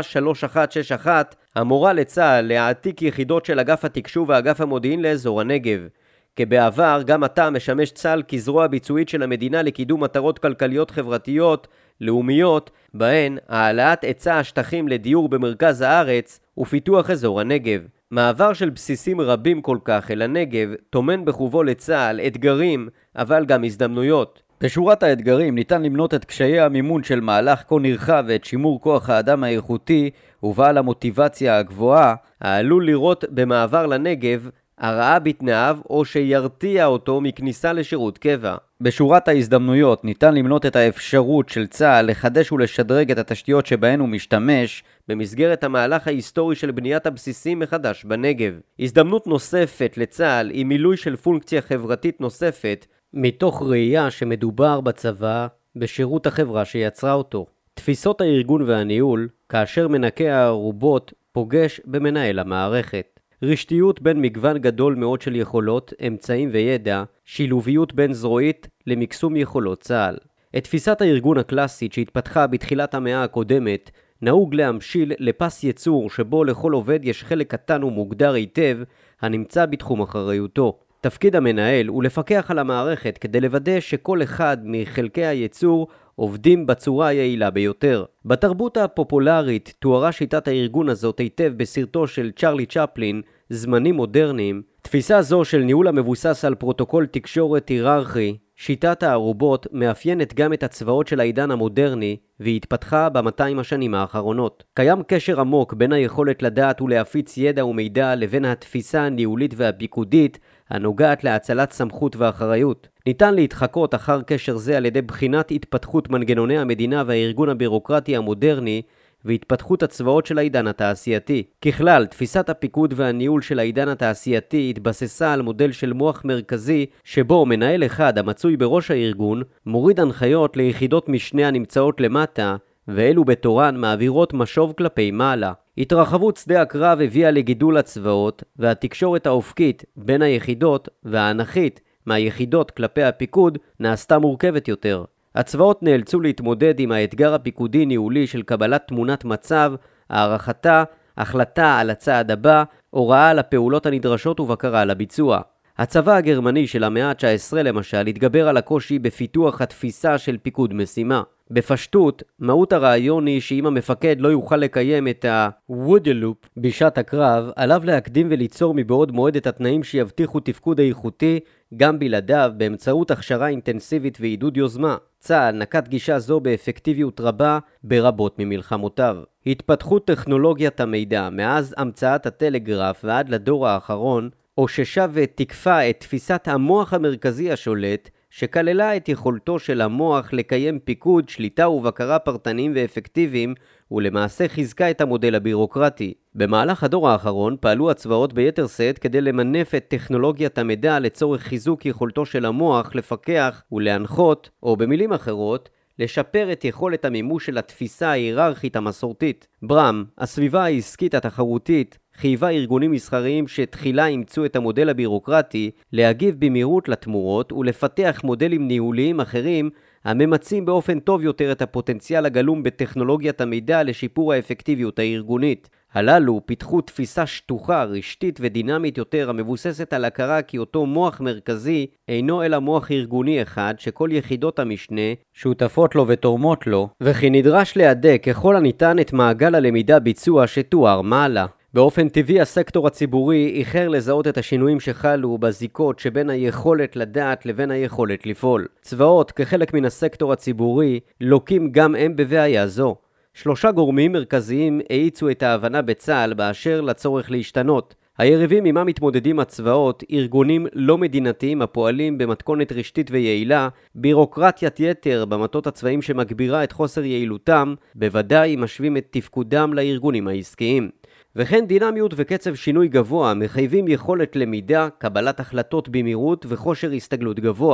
3161 המורה לצה"ל להעתיק יחידות של אגף התקשוב ואגף המודיעין לאזור הנגב. כבעבר, גם עתה משמש צה"ל כזרוע ביצועית של המדינה לקידום מטרות כלכליות חברתיות, לאומיות, בהן העלאת היצע השטחים לדיור במרכז הארץ ופיתוח אזור הנגב. מעבר של בסיסים רבים כל כך אל הנגב טומן בחובו לצה"ל אתגרים, אבל גם הזדמנויות. בשורת האתגרים ניתן למנות את קשיי המימון של מהלך כה נרחב ואת שימור כוח האדם האיכותי ובעל המוטיבציה הגבוהה, העלול לראות במעבר לנגב הרעה בתנאיו או שירתיע אותו מכניסה לשירות קבע. בשורת ההזדמנויות ניתן למנות את האפשרות של צה"ל לחדש ולשדרג את התשתיות שבהן הוא משתמש במסגרת המהלך ההיסטורי של בניית הבסיסים מחדש בנגב. הזדמנות נוספת לצה"ל היא מילוי של פונקציה חברתית נוספת מתוך ראייה שמדובר בצבא בשירות החברה שיצרה אותו. תפיסות הארגון והניהול כאשר מנקה הערובות פוגש במנהל המערכת. רשתיות בין מגוון גדול מאוד של יכולות, אמצעים וידע, שילוביות בין זרועית למקסום יכולות צה"ל. את תפיסת הארגון הקלאסית שהתפתחה בתחילת המאה הקודמת, נהוג להמשיל לפס יצור שבו לכל עובד יש חלק קטן ומוגדר היטב הנמצא בתחום אחריותו. תפקיד המנהל הוא לפקח על המערכת כדי לוודא שכל אחד מחלקי היצור עובדים בצורה היעילה ביותר. בתרבות הפופולרית תוארה שיטת הארגון הזאת היטב בסרטו של צ'רלי צ'פלין, זמנים מודרניים. תפיסה זו של ניהול המבוסס על פרוטוקול תקשורת היררכי, שיטת הערובות, מאפיינת גם את הצבאות של העידן המודרני והתפתחה ב-200 השנים האחרונות. קיים קשר עמוק בין היכולת לדעת ולהפיץ ידע ומידע לבין התפיסה הניהולית והפיקודית הנוגעת להצלת סמכות ואחריות. ניתן להתחקות אחר קשר זה על ידי בחינת התפתחות מנגנוני המדינה והארגון הבירוקרטי המודרני והתפתחות הצבאות של העידן התעשייתי. ככלל, תפיסת הפיקוד והניהול של העידן התעשייתי התבססה על מודל של מוח מרכזי שבו מנהל אחד המצוי בראש הארגון מוריד הנחיות ליחידות משנה הנמצאות למטה ואלו בתורן מעבירות משוב כלפי מעלה. התרחבות שדה הקרב הביאה לגידול הצבאות והתקשורת האופקית בין היחידות והאנכית מהיחידות כלפי הפיקוד נעשתה מורכבת יותר. הצבאות נאלצו להתמודד עם האתגר הפיקודי-ניהולי של קבלת תמונת מצב, הערכתה, החלטה על הצעד הבא, הוראה על הפעולות הנדרשות ובקרה על הביצוע. הצבא הגרמני של המאה ה-19 למשל התגבר על הקושי בפיתוח התפיסה של פיקוד משימה. בפשטות, מהות הרעיון היא שאם המפקד לא יוכל לקיים את ה-Woodloop בשעת הקרב, עליו להקדים וליצור מבעוד מועד את התנאים שיבטיחו תפקוד איכותי גם בלעדיו באמצעות הכשרה אינטנסיבית ועידוד יוזמה. צה"ל נקט גישה זו באפקטיביות רבה ברבות ממלחמותיו. התפתחות טכנולוגיית המידע מאז המצאת הטלגרף ועד לדור האחרון, אוששה ותקפה את תפיסת המוח המרכזי השולט, שכללה את יכולתו של המוח לקיים פיקוד, שליטה ובקרה פרטניים ואפקטיביים, ולמעשה חיזקה את המודל הבירוקרטי. במהלך הדור האחרון פעלו הצבאות ביתר שאת כדי למנף את טכנולוגיית המידע לצורך חיזוק יכולתו של המוח לפקח ולהנחות, או במילים אחרות, לשפר את יכולת המימוש של התפיסה ההיררכית המסורתית. ברם, הסביבה העסקית התחרותית, חייבה ארגונים מסחריים שתחילה אימצו את המודל הבירוקרטי להגיב במהירות לתמורות ולפתח מודלים ניהוליים אחרים הממצים באופן טוב יותר את הפוטנציאל הגלום בטכנולוגיית המידע לשיפור האפקטיביות הארגונית. הללו פיתחו תפיסה שטוחה, רשתית ודינמית יותר המבוססת על הכרה כי אותו מוח מרכזי אינו אלא מוח ארגוני אחד שכל יחידות המשנה שותפות לו ותורמות לו, וכי נדרש להדק ככל הניתן את מעגל הלמידה ביצוע שתואר מעלה. באופן טבעי הסקטור הציבורי איחר לזהות את השינויים שחלו בזיקות שבין היכולת לדעת לבין היכולת לפעול. צבאות כחלק מן הסקטור הציבורי לוקים גם הם בבעיה זו. 3 גורמים מרכזיים האיצו את ההבנה בצה"ל באשר לצורך להשתנות. היריבים עימם מתמודדים הצבאות, ארגונים לא מדינתיים הפועלים במתכונת רשתית ויעילה, בירוקרטיית יתר במטות הצבאיים שמגבירה את חוסר יעילותם, בוודאי משווים את תפקודם לארגונים העסקיים. וכן דינמיות וקצב שינוי גבוה מחייבים יכולת למידה, קבלת החלטות במהירות וכושר הסתגלות גבוה.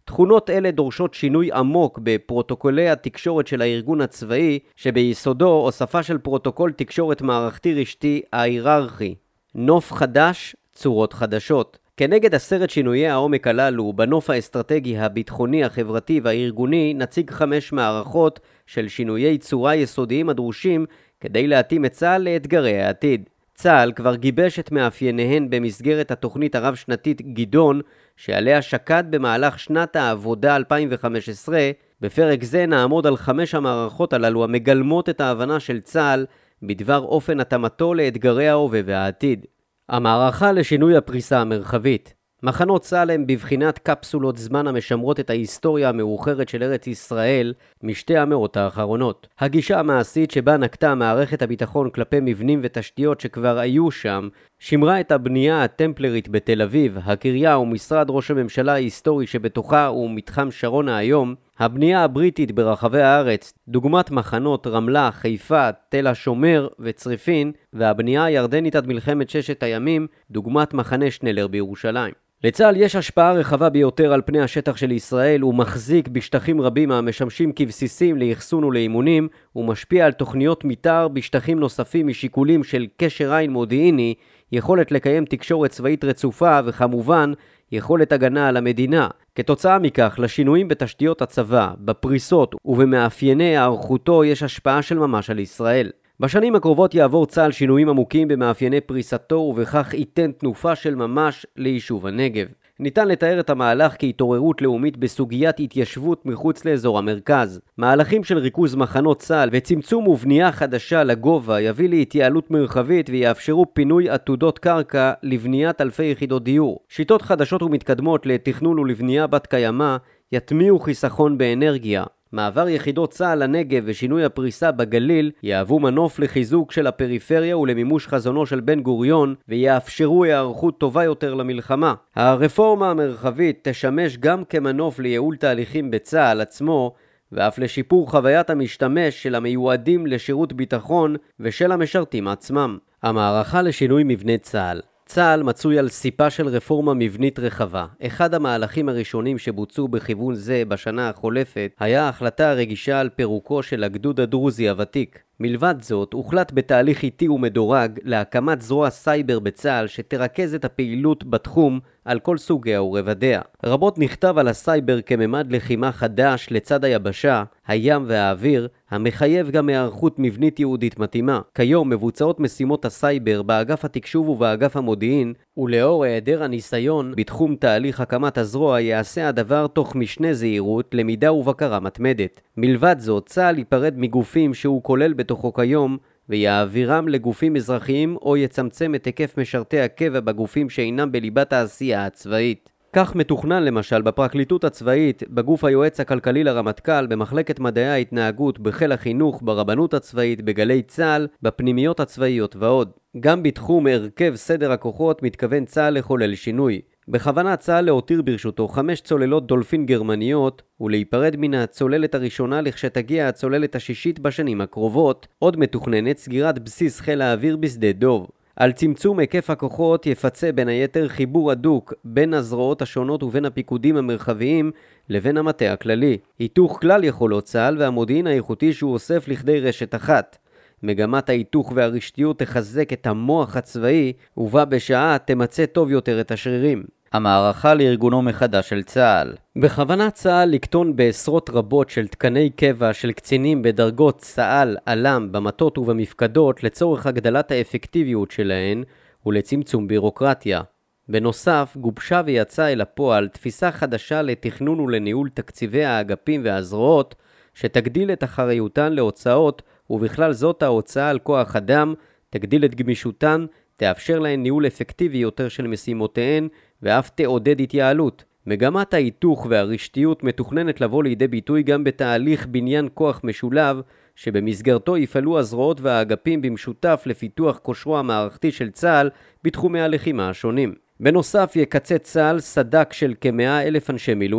תכונות אלה דורשות שינוי עמוק בפרוטוקולי התקשורת של הארגון הצבאי, שביסודו הוספה של פרוטוקול תקשורת מערכתי רשתי ההיררכי. נוף חדש, צורות חדשות. כנגד 10 שינויי העומק הללו, בנוף האסטרטגי, הביטחוני, החברתי והארגוני, נציג 5 מערכות של שינויי צורה יסודיים הדרושים כדי להתאים את צה"ל לאתגרי העתיד. צה"ל כבר גיבש את מאפייניהן במסגרת התוכנית הרב-שנתית גדעון, שעליה שקד במהלך שנת העבודה 2015. בפרק זה נעמוד על 5 המערכות הללו המגלמות את ההבנה של צה"ל בדבר אופן התאמתו לאתגרי ההווה והעתיד. המערכה לשינוי הפריסה המרחבית. מחנות צה"ל הם בבחינת קפסולות זמן המשמרות את ההיסטוריה המאוחרת של ארץ ישראל משתי המאות האחרונות. הגישה המעשית שבה נקטה מערכת הביטחון כלפי מבנים ותשתיות שכבר היו שם, שמרה את הבנייה הטמפלרית בתל אביב, הקריה ומשרד ראש הממשלה ההיסטורי שבתוכה ומתחם שרונה היום, הבנייה הבריטית ברחבי הארץ, דוגמת מחנות רמלה, חיפה, תל השומר וצריפין, והבנייה הירדנית עד מלחמת ששת הימים, דוגמת מחנה שנלר בירושלים. לצה"ל יש השפעה רחבה ביותר על פני השטח של ישראל, הוא מחזיק בשטחים רבים המשמשים כבסיסים לאחסון ולאימונים, ומשפיע על תוכניות מתאר בשטחים נוספים משיקולים של קשר עין מודיעיני, יכולת לקיים תקשורת צבאית רצופה וכמובן יכולת הגנה על המדינה. כתוצאה מכך, לשינויים בתשתיות הצבא, בפריסות ובמאפייני הערכותו יש השפעה של ממש על ישראל. בשנים הקרובות יעבור צה"ל שינויים עמוקים במאפייני פריסתו ובכך ייתן תנופה של ממש ליישוב הנגב. ניתן לתאר את המהלך כהתעוררות לאומית בסוגיית התיישבות מחוץ לאזור המרכז. מהלכים של ריכוז מחנות צה"ל וצמצום ובנייה חדשה לגובה יביא להתייעלות מרחבית ויאפשרו פינוי עתודות קרקע לבניית אלפי יחידות דיור. שיטות חדשות ומתקדמות לתכנון ולבנייה בת קיימא יטמיעו חיסכון באנרגיה. מעבר יחידות צה"ל לנגב ושינוי הפריסה בגליל יהוו מנוף לחיזוק של הפריפריה ולמימוש חזונו של בן גוריון ויאפשרו היערכות טובה יותר למלחמה. הרפורמה המרחבית תשמש גם כמנוף לייעול תהליכים בצה"ל עצמו ואף לשיפור חוויית המשתמש של המיועדים לשירות ביטחון ושל המשרתים עצמם. המערכה לשינוי מבנה צה"ל. צה"ל מצוי על סיפה של רפורמה מבנית רחבה. אחד המהלכים הראשונים שבוצעו בכיוון זה בשנה החולפת היה ההחלטה הרגישה על פירוקו של הגדוד הדרוזי הוותיק. מלבד זאת, הוחלט בתהליך איטי ומדורג להקמת זרוע סייבר בצה"ל שתרכז את הפעילות בתחום על כל סוגיה ורבדיה. רבות נכתב על הסייבר כממד לחימה חדש לצד היבשה, הים והאוויר, המחייב גם היערכות מבנית יהודית מתאימה. כיום מבוצעות משימות הסייבר באגף התקשוב ובאגף המודיעין, ולאור היעדר הניסיון בתחום תהליך הקמת הזרוע יעשה הדבר תוך משנה זהירות, למידה ובקרה מתמדת. מלבד זאת, צה"ל ייפרד מגופים שהוא כולל בתוכו כיום ויעבירם לגופים אזרחיים או יצמצם את היקף משרתי הקבע בגופים שאינם בליבת העשייה הצבאית. כך מתוכנן למשל בפרקליטות הצבאית, בגוף היועץ הכלכלי לרמטכ"ל, במחלקת מדעי ההתנהגות, בחיל החינוך, ברבנות הצבאית, בגלי צה"ל, בפנימיות הצבאיות ועוד. גם בתחום הרכב סדר הכוחות מתכוון צה"ל לחולל שינוי. בכוונה צה"ל להותיר ברשותו 5 צוללות דולפין גרמניות ולהיפרד מן הצוללת הראשונה לכשתגיע הצוללת השישית בשנים הקרובות. עוד מתוכננת סגירת בסיס חיל האוויר בשדה דוב. על צמצום היקף הכוחות יפצה בין היתר חיבור הדוק בין הזרועות השונות ובין הפיקודים המרחביים לבין המטה הכללי. היתוך כלל יכולות צה"ל והמודיעין האיכותי שהוא אוסף לכדי רשת אחת. מגמת ההיתוך והרשתיות תחזק את המוח הצבאי ובה בשעה תמצא טוב יותר את השרירים. המערכה לארגונו מחדש של צה"ל. בכוונת צה"ל לקטון בעשרות רבות של תקני קבע של קצינים בדרגות צה"ל, אל"מ, במטות ובמפקדות לצורך הגדלת האפקטיביות שלהן ולצמצום בירוקרטיה. בנוסף, גובשה ויצאה אל הפועל תפיסה חדשה לתכנון ולניהול תקציבי האגפים והזרועות שתגדיל את אחריותן להוצאות ובכלל זאת ההוצאה על כוח אדם, תגדיל את גמישותן, תאפשר להן ניהול אפקטיבי יותר של משימותיהן ואף תעודד התייעלות. מגמת ההיתוך והרשתיות מתוכננת לבוא לידי ביטוי גם בתהליך בניין כוח משולב שבמסגרתו יפעלו הזרועות והאגפים במשותף לפיתוח כושרו המערכתי של צה"ל בתחומי הלחימה השונים. בנוסף יקצץ צה"ל סד"כ של כ100,000 אנשי מילואים.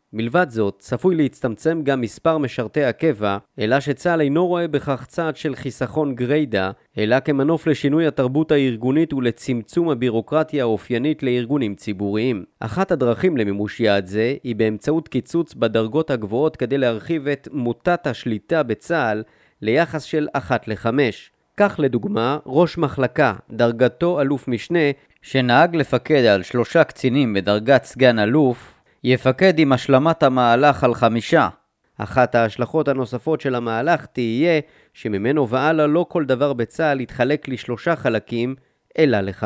מלבד זאת, צפוי להצטמצם גם מספר משרתי הקבע, אלא שצה"ל אינו רואה בכך צעד של חיסכון גריידה, אלא כמנוף לשינוי התרבות הארגונית ולצמצום הבירוקרטיה האופיינית לארגונים ציבוריים. אחת הדרכים למימוש יעד זה היא באמצעות קיצוץ בדרגות הגבוהות כדי להרחיב את מוטת השליטה בצה"ל ליחס של 1:5. כך לדוגמה, ראש מחלקה, דרגתו אלוף משנה, שנהג לפקד על 3 קצינים בדרגת סגן אלוף, יפקד עם השלמת המהלך על 5. אחת ההשלכות הנוספות של המהלך תהיה שממנו והלאה לא כל דבר בצה"ל יתחלק ל3 חלקים, אלא ל5.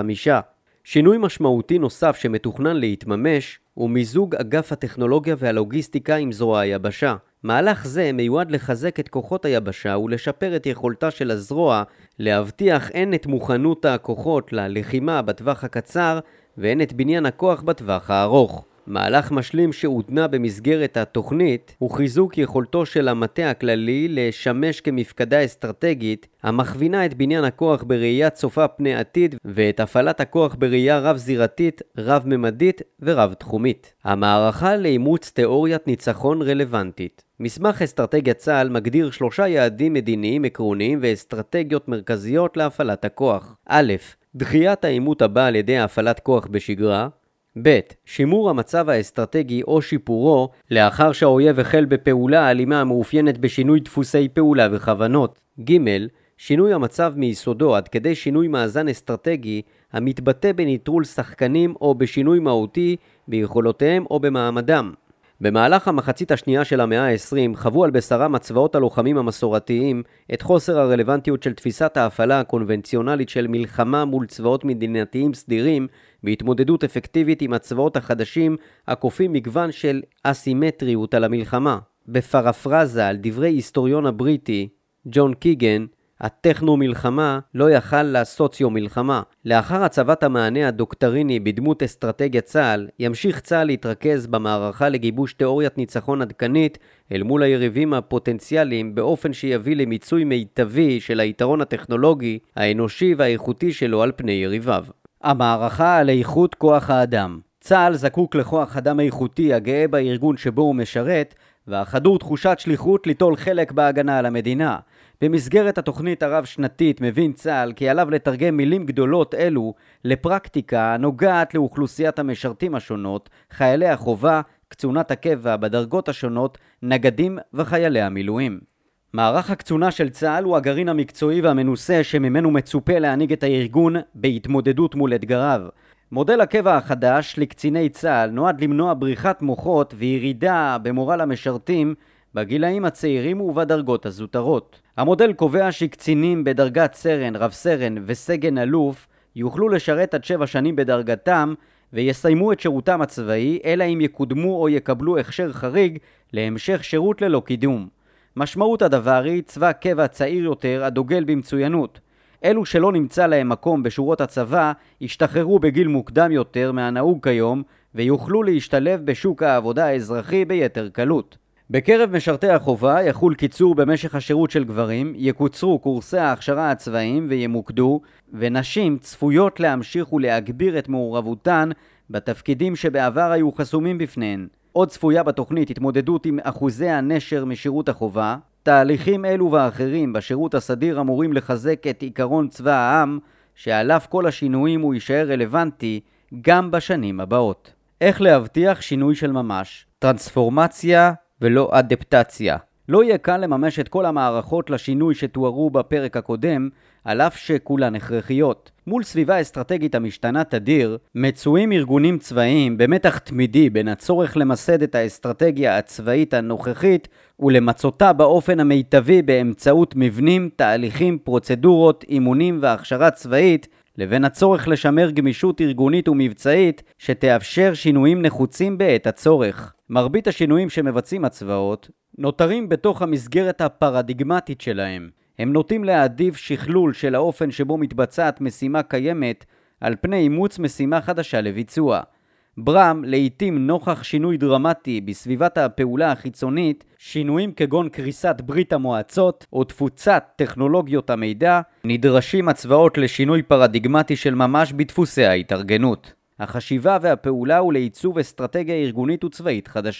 שינוי משמעותי נוסף שמתוכנן להתממש הוא מיזוג אגף הטכנולוגיה והלוגיסטיקה עם זרוע היבשה. מהלך זה מיועד לחזק את כוחות היבשה ולשפר את יכולתה של הזרוע להבטיח הן את מוכנות הכוחות ללחימה בטווח הקצר והן את בניין הכוח בטווח הארוך. מהלך משלים שהותנה במסגרת התוכנית הוא חיזוק יכולתו של המטה הכללי לשמש כמפקדה אסטרטגית המכווינה את בניין הכוח בראייה צופה פני עתיד ואת הפעלת הכוח בראייה רב-זירתית, רב-ממדית ורב-תחומית. המערכה לאימוץ תיאוריית ניצחון רלוונטית. מסמך אסטרטגיית צה"ל מגדיר 3 יעדים מדיניים עקרוניים ואסטרטגיות מרכזיות להפעלת הכוח. א', דחיית העימות הבא על ידי הפעלת כוח בשגרה. ב', שימור המצב האסטרטגי או שיפורו לאחר שהאויב החל בפעולה אלימה המאופיינת בשינוי דפוסי פעולה וכוונות. ג', שינוי המצב מיסודו עד כדי שינוי מאזן אסטרטגי המתבטא בניטרול שחקנים או בשינוי מהותי ביכולותיהם או במעמדם. במהלך המחצית השנייה של המאה ה-20 חוו על בשרם הצבאות הלוחמים המסורתיים את חוסר הרלוונטיות של תפיסת ההפעלה הקונבנציונלית של מלחמה מול צבאות מדינתיים סדירים בהתמודדות אפקטיבית עם הצבאות החדשים הכופים מגוון של אסימטריות על המלחמה. בפרפרזה על דברי היסטוריון הבריטי ג'ון קיגן, הטכנו-מלחמה לא יכל לסוציו-מלחמה. לאחר הצבת המענה הדוקטריני בדמות אסטרטגיית צה"ל, ימשיך צה"ל להתרכז במערכה לגיבוש תיאוריית ניצחון עדכנית אל מול היריבים הפוטנציאליים באופן שיביא למיצוי מיטבי של היתרון הטכנולוגי, האנושי והאיכותי שלו על פני יריביו. המערכה על איכות כוח האדם. צה"ל זקוק לכוח אדם איכותי הגאה בארגון שבו הוא משרת, והחדור תחושת שליחות ליטול חלק בהגנה על המדינה. במסגרת התוכנית הרב-שנתית מבין צה"ל כי עליו לתרגם מילים גדולות אלו לפרקטיקה הנוגעת לאוכלוסיית המשרתים השונות, חיילי החובה, קצונת הקבע בדרגות השונות, נגדים וחיילי המילואים. מערך הקצונה של צה"ל הוא הגרעין המקצועי והמנוסה שממנו מצופה להנהיג את הארגון בהתמודדות מול אתגריו. מודל הקבע החדש לקציני צה"ל נועד למנוע בריחת מוחות וירידה במורל המשרתים בגילאים הצעירים ובדרגות הזוטרות. המודל קובע שקצינים בדרגת סרן, רב סרן וסגן אלוף יוכלו לשרת עד 7 שנים בדרגתם ויסיימו את שירותם הצבאי, אלא אם יקודמו או יקבלו הכשר חריג להמשך שירות ללא קידום. משמעות הדבר היא צבא קבע צעיר יותר הדוגל במצוינות. אלו שלא נמצא להם מקום בשורות הצבא ישתחררו בגיל מוקדם יותר מהנהוג כיום ויוכלו להשתלב בשוק העבודה האזרחי ביתר קלות. בקרב משרתי החובה יחול קיצור במשך השירות של גברים, יקוצרו קורסי ההכשרה הצבאיים וימוקדו, ונשים צפויות להמשיך ולהגביר את מעורבותן בתפקידים שבעבר היו חסומים בפניהן. עוד צפויה בתוכנית התמודדות עם אחוזי הנשר משירות החובה. תהליכים אלו ואחרים בשירות הסדיר אמורים לחזק את עיקרון צבא העם, שעל אף כל השינויים הוא יישאר רלוונטי גם בשנים הבאות. איך להבטיח שינוי של ממש? טרנספורמציה ולא אדפטציה. לא יהיה קל לממש את כל המערכות לשינוי שתוארו בפרק הקודם, על אף שכולן הכרחיות. מול סביבה אסטרטגית המשתנה תדיר, מצויים ארגונים צבאיים במתח תמידי בין הצורך למסד את האסטרטגיה הצבאית הנוכחית ולמצותה באופן המיטבי באמצעות מבנים, תהליכים, פרוצדורות, אימונים והכשרה צבאית, לבין הצורך לשמר גמישות ארגונית ומבצעית שתאפשר שינויים נחוצים בעת הצורך. מרבית השינויים שמבצעים הצבאות נותרים בתוך המסגרת הפרדיגמטית שלהם. הם נוטים להעדיף שכלול של האופן שבו מתבצעת משימה קיימת על פני אימוץ משימה חדשה לביצוע. ברם, לעתים נוכח שינוי דרמטי בסביבת הפעולה החיצונית, שינויים כגון קריסת ברית המועצות או תפוצת טכנולוגיות המידע, נדרשים הצבאות לשינוי פרדיגמטי של ממש בדפוסי ההתארגנות. החשיבה והפעולה הוא לעיצוב אסטרטגיה ארגונית וצבאית חדשה.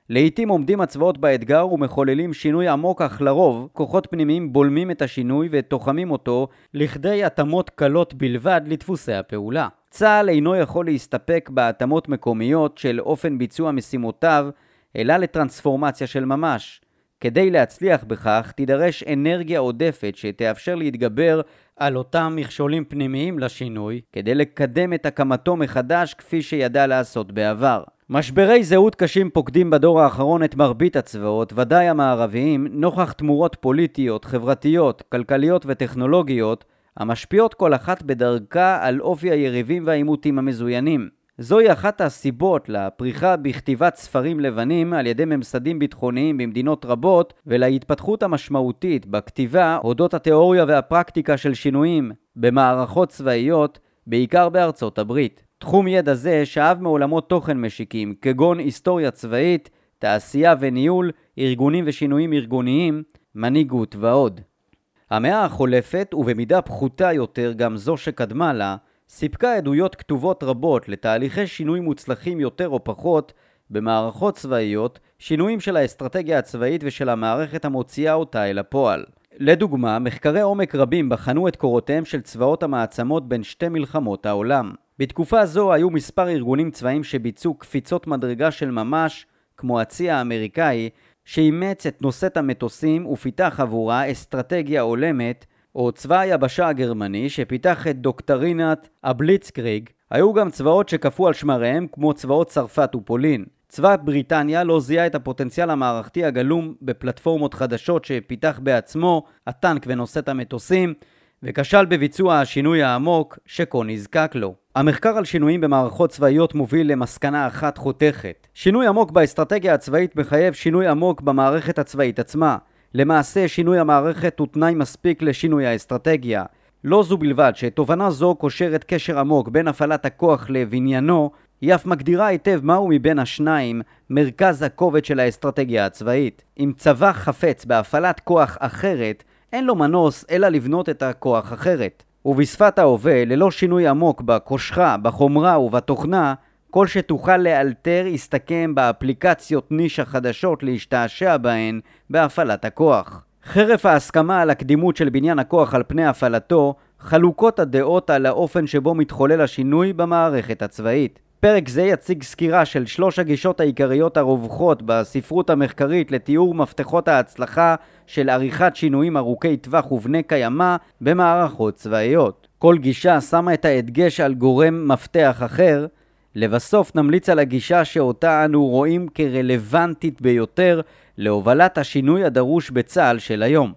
לעתים עומדים הצבאות באתגר ומחוללים שינוי עמוק, אך לרוב כוחות פנימיים בולמים את השינוי ותוחמים אותו לכדי התאמות קלות בלבד לדפוסי הפעולה. צה"ל אינו יכול להסתפק בהתאמות מקומיות של אופן ביצוע משימותיו, אלא לטרנספורמציה של ממש. כדי להצליח בכך תידרש אנרגיה עודפת שתאפשר להתגבר על אותם מכשולים פנימיים לשינוי, כדי לקדם את הקמתו מחדש כפי שידע לעשות בעבר. משברי זהות קשים פוקדים בדור האחרון את מרבית הצבאות, ודאי המערביים, נוכח תמורות פוליטיות, חברתיות, כלכליות וטכנולוגיות, המשפיעות כל אחת בדרכה על אופי היריבים והעימותים המזוינים. זוהי אחת הסיבות לפריחה בכתיבת ספרים לבנים על ידי ממסדים ביטחוניים במדינות רבות, ולהתפתחות המשמעותית בכתיבה אודות התיאוריה והפרקטיקה של שינויים במערכות צבאיות, בעיקר בארצות הברית. תחום ידע זה שאב מעולמות תוכן משיקים, כגון היסטוריה צבאית, תעשייה וניהול, ארגונים ושינויים ארגוניים, מנהיגות ועוד. המאה החולפת, ובמידה פחותה יותר גם זו שקדמה לה, סיפקה עדויות כתובות רבות לתהליכי שינוי מוצלחים יותר או פחות במערכות צבאיות, שינויים של האסטרטגיה הצבאית ושל המערכת המוציאה אותה אל הפועל. לדוגמה, מחקרי עומק רבים בחנו את קורותיהם של צבאות המעצמות בין שתי מלחמות העולם. בתקופה זו היו מספר ארגונים צבאיים שביצעו קפיצות מדרגה של ממש, כמו הצי האמריקאי, שאימץ את נושאת המטוסים ופיתח עבורה אסטרטגיה עולמת, או צבא היבשה הגרמני שפיתח את דוקטרינת הבליצקריג. היו גם צבאות שקפו על שמריהם כמו צבאות צרפת ופולין. צבא בריטניה לא זיהה את הפוטנציאל המערכתי הגלום בפלטפורמות חדשות שפיתח בעצמו, הטנק ונושאת המטוסים, וכשל בביצוע השינוי העמוק שכה נזקק לו. המחקר על שינויים במערכות צבאיות מוביל למסקנה אחת חותכת. שינוי עמוק באסטרטגיה הצבאית מחייב שינוי עמוק במערכת הצבאית עצמה. למעשה, שינוי המערכת הוא תנאי מספיק לשינוי האסטרטגיה. לא זו בלבד שתובנה זו קושרת קשר עמוק בין הפעלת הכוח לבניינו, היא אף מגדירה היטב מהו מבין השניים מרכז הכובד של האסטרטגיה הצבאית. אם צבא חפץ בהפעלת כוח אחרת, אין לו מנוס אלא לבנות את הכוח אחרת. ובשפת ההווה, ללא שינוי עמוק בכושרה, בחומרה ובתוכנה, כל שתוכל לאלתר יסתכם באפליקציות נישה חדשות להשתעשע בהן בהפעלת הכוח. חרף ההסכמה על הקדימות של בניין הכוח על פני הפעלתו, חלוקות הדעות על האופן שבו מתחולל השינוי במערכת הצבאית. פרק זה יציג סקירה של 3 הגישות העיקריות הרווחות בספרות המחקרית לתיאור מפתחות ההצלחה של עריכת שינויים ארוכי טווח ובני קיימא במערכות צבאיות. כל גישה שמה את ההדגש על גורם מפתח אחר. לבסוף נמליץ על הגישה שאותה אנו רואים כרלוונטית ביותר להובלת השינוי הדרוש בצה"ל של היום.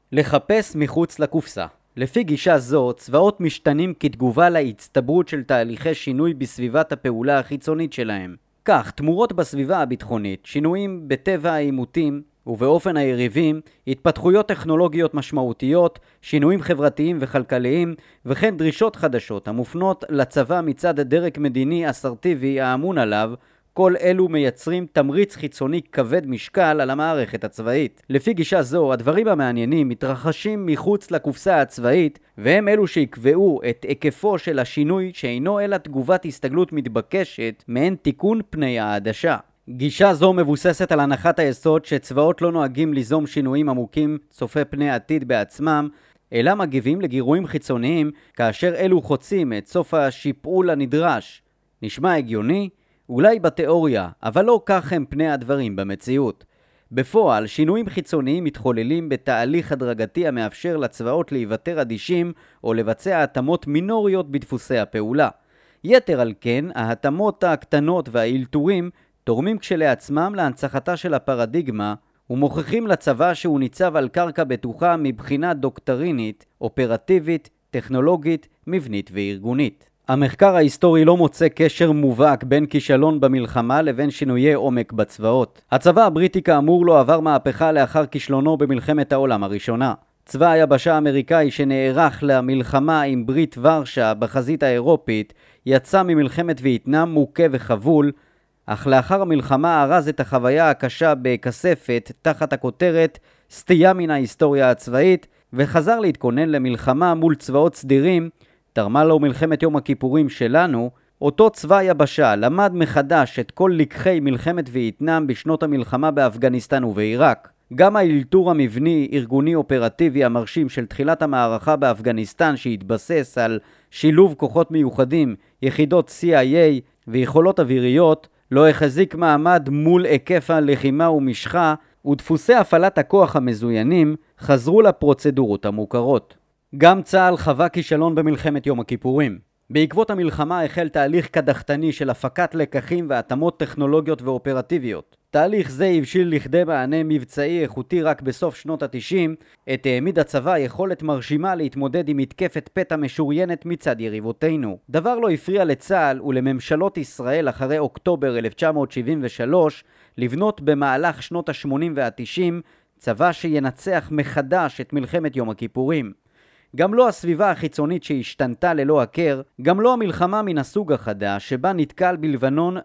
לחפש מחוץ לקופסה. לפי גישה זו, צבאות משתנים כתגובה להצטברות של תהליכי שינוי בסביבת הפעולה החיצונית שלהם. כך, תמורות בסביבה הביטחונית, שינויים בטבע העימותים ובאופן היריבים, התפתחויות טכנולוגיות משמעותיות, שינויים חברתיים וכלכליים, וכן דרישות חדשות המופנות לצבא מצד הדרג מדיני אסרטיבי האמון עליו, כל אלו מייצרים תמריץ חיצוני כבד משקל על המערכת הצבאית. לפי גישה זו, הדברים המעניינים מתרחשים מחוץ לקופסה הצבאית, והם אלו שיקבעו את היקפו של השינוי שאינו אלא תגובת הסתגלות מתבקשת מעין תיקון פני העדשה. גישה זו מבוססת על הנחת היסוד שצבאות לא נוהגים ליזום שינויים עמוקים צופה פני עתיד בעצמם, אלא מגיבים לגירויים חיצוניים כאשר אלו חוצים את סוף השיפעול הנדרש. נשמע הגיוני? אולי בתיאוריה, אבל לא כך הם פני הדברים במציאות. בפועל, שינויים חיצוניים מתחוללים בתהליך הדרגתי המאפשר לצבאות להיוותר אדישים או לבצע התאמות מינוריות בדפוסי הפעולה. יתר על כן, ההתאמות הקטנות והאילתורים תורמים כשלעצמם להנצחתה של הפרדיגמה ומוכיחים לצבא שהוא ניצב על קרקע בטוחה מבחינה דוקטרינית, אופרטיבית, טכנולוגית, מבנית וארגונית. המחקר ההיסטורי לא מוצא קשר מובהק בין כישלון במלחמה לבין שינויי עומק בצבאות. הצבא הבריטי כאמור לא עבר מהפכה לאחר כישלונו במלחמת העולם הראשונה. צבא היבשה האמריקאי שנערך למלחמה עם ברית ורשה בחזית האירופית יצא ממלחמת וייטנאם מוכה וחבול, אך לאחר המלחמה ארז את החוויה הקשה בכספת תחת הכותרת סטייה מן ההיסטוריה הצבאית וחזר להתכונן למלחמה מול צבאות סדירים. תרמה לו מלחמת יום הכיפורים שלנו אותו צבא יבשה למד מחדש את כל לקחי מלחמת וייטנאם בשנות המלחמה באפגניסטן ובעיראק. גם האלתור המבני, ארגוני אופרטיבי המרשים של תחילת המערכה באפגניסטן שהתבסס על שילוב כוחות מיוחדים, יחידות CIA ויכולות אוויריות, לא החזיק מעמד מול היקף הלחימה ומשכה, ודפוסי הפעלת הכוח המזוינים חזרו לפרוצדורות המוכרות. גם צה"ל חווה כישלון במלחמת יום הכיפורים. בעקבות המלחמה החל תהליך קדחתני של הפקת לקחים והתאמות טכנולוגיות ואופרטיביות. תהליך זה הבשיל לכדי מענה מבצעי איכותי רק בסוף שנות ה-90, עת העמיד הצבא יכולת מרשימה להתמודד עם מתקפת פתע משוריינת מצד יריבותינו. דבר לא הפריע לצה"ל ולממשלות ישראל אחרי אוקטובר 1973 לבנות במהלך שנות ה-80 וה-90 צבא שינצח מחדש את מלחמת יום הכיפורים. גם לא הסביבה החיצונית שהשתנתה ללא הכר, גם לא המלחמה מן הסוג החדש שבה נתקל בלבנון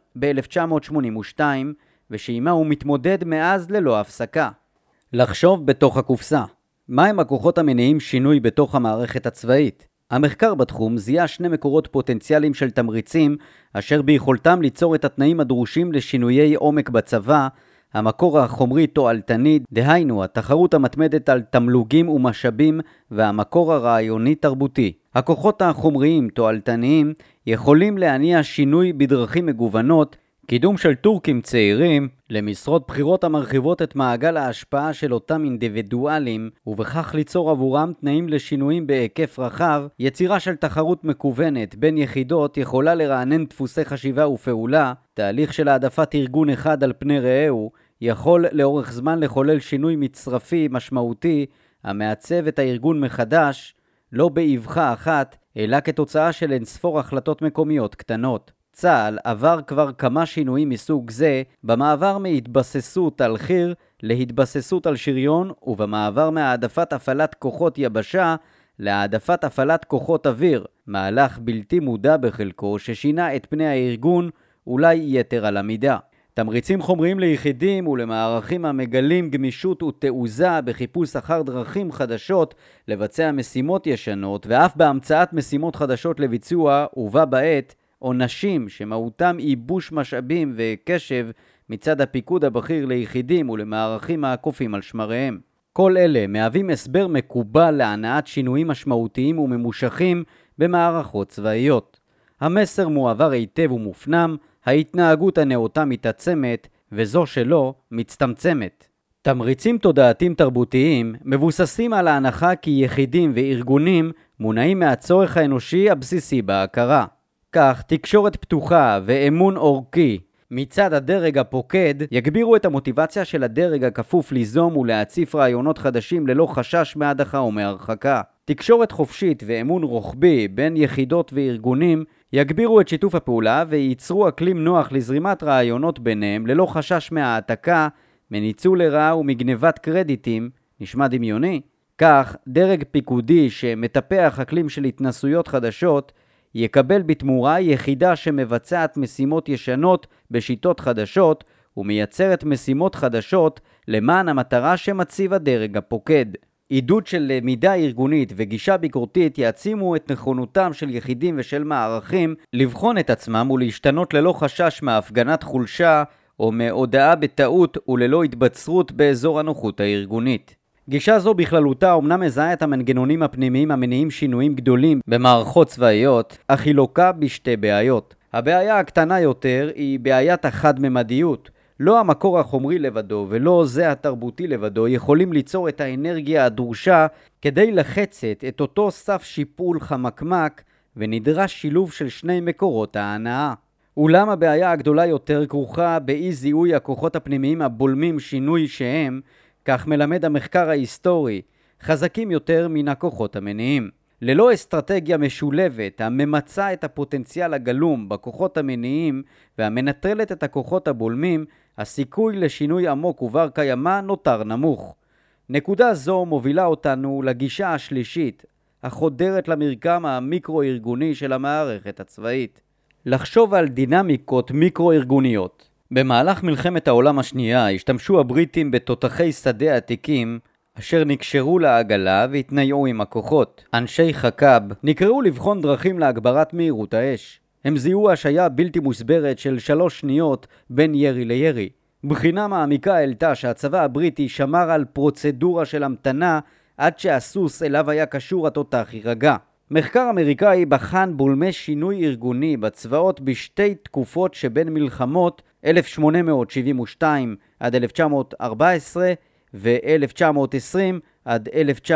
ב-1982 ושעימה הוא מתמודד מאז ללא הפסקה. לחשוב בתוך הקופסה. מהם הכוחות המניעים שינוי בתוך המערכת הצבאית? המחקר בתחום זיהה שני מקורות פוטנציאליים של תמריצים אשר ביכולתם ליצור את התנאים הדרושים לשינויי עומק בצבא. המקור החומרי תועלתני, דהיינו התחרות המתמדת על תמלוגים ומשאבים, והמקור הרעיוני תרבותי. הכוחות החומריים תועלתניים יכולים להניע שינוי בדרכים מגוונות, קידום של טורקים צעירים למשרות בחירות המרחיבות את מעגל ההשפעה של אותם אינדיבידואלים, ובכך ליצור עבורם תנאים לשינויים בהיקף רחב. יצירה של תחרות מקוונת בין יחידות יכולה לרענן דפוסי חשיבה ופעולה. תהליך של העדפת ארגון אחד על פני רעהו יכול לאורך זמן לחולל שינוי מצרפי משמעותי המעצב את הארגון מחדש, לא באבחה אחת, אלא כתוצאה של אינספור החלטות מקומיות קטנות. צה"ל עבר כבר כמה שינויים מסוג זה במעבר מהתבססות על חיר להתבססות על שריון, ובמעבר מהעדפת הפעלת כוחות יבשה להעדפת הפעלת כוחות אוויר, מהלך בלתי מודע בחלקו ששינה את פני הארגון אולי יתר על המידה. תמריצים חומריים ליחידים ולמערכים המגלים גמישות ותעוזה בחיפוש אחר דרכים חדשות לבצע משימות ישנות, ואף בהמצאת משימות חדשות לביצוע, ובה בעת עונשים שמהותם ייבוש משאבים וקשב מצד הפיקוד הבכיר ליחידים ולמערכים העקופים על שמריהם. כל אלה מהווים הסבר מקובל להנעת שינויים משמעותיים וממושכים במערכות צבאיות. המסר מועבר היטב ומופנם, ההתנהגות הנאותה מתעצמת וזו שלא מצטמצמת. תמריצים תודעתיים תרבותיים מבוססים על ההנחה כי יחידים וארגונים מונעים מהצורך האנושי הבסיסי בהכרה. כך תקשורת פתוחה ואמון אורכי מצד הדרג הפוקד יגבירו את המוטיבציה של הדרג הכפוף ליזום ולהציף רעיונות חדשים ללא חשש מהדחה או מהרחקה. תקשורת חופשית ואמון רוחבי בין יחידות וארגונים יגבירו את שיתוף הפעולה וייצרו אקלים נוח לזרימת רעיונות ביניהם ללא חשש מהעתקה, מניצול לרעה ומגנבת קרדיטים. נשמע דמיוני? כך דרג פיקודי שמטפח אקלים של התנסויות חדשות יקבל בתמורה יחידה שמבצעת משימות ישנות בשיטות חדשות ומייצרת משימות חדשות למען המטרה שמציב הדרג הפוקד. עידוד של למידה ארגונית וגישה ביקורתית יעצימו את נכונותם של יחידים ושל מערכים לבחון את עצמם ולהשתנות ללא חשש מהפגנת חולשה או מהודעה בטעות וללא התבצרות באזור הנוחות הארגונית. גישה זו בכללותה אומנם מזהה את המנגנונים הפנימיים המניעים שינויים גדולים במערכות צבאיות, אך היא לוקה בשתי בעיות. הבעיה הקטנה יותר היא בעיית החד-ממדיות. לא המקור החומרי לבדו ולא זה התרבותי לבדו יכולים ליצור את האנרגיה הדרושה כדי לחצת את אותו סף שיפול חמקמק, ונדרש שילוב של שני מקורות ההנאה. אולם הבעיה הגדולה יותר כרוכה באי זיהוי הכוחות הפנימיים הבולמים שינוי שהם, כך מלמד המחקר ההיסטורי, חזקים יותר מן הכוחות המניעים. ללא אסטרטגיה משולבת הממצה את הפוטנציאל הגלום בכוחות המניעים והמנטרלת את הכוחות הבולמים, הסיכוי לשינוי עמוק ובר קיימא נותר נמוך. נקודה זו מובילה אותנו לגישה השלישית, החודרת למרקם המיקרו-ארגוני של המערכת הצבאית. לחשוב על דינמיקות מיקרו-ארגוניות. במהלך מלחמת העולם השנייה השתמשו הבריטים בתותחי שדה עתיקים אשר נקשרו לעגלה והתנייעו עם הכוחות. אנשי חכ"ב נקראו לבחון דרכים להגברת מהירות האש. הם זיהו השהיה בלתי מוסברת של 3 שניות בין ירי לירי. בחינה מעמיקה העלתה שהצבא הבריטי שמר על פרוצדורה של המתנה עד שהסוס אליו היה קשור התותח יירגע. מחקר אמריקאי בחן בולמי שינוי ארגוני בצבאות בשתי תקופות שבין מלחמות 1872 עד 1914 ו-1920 עד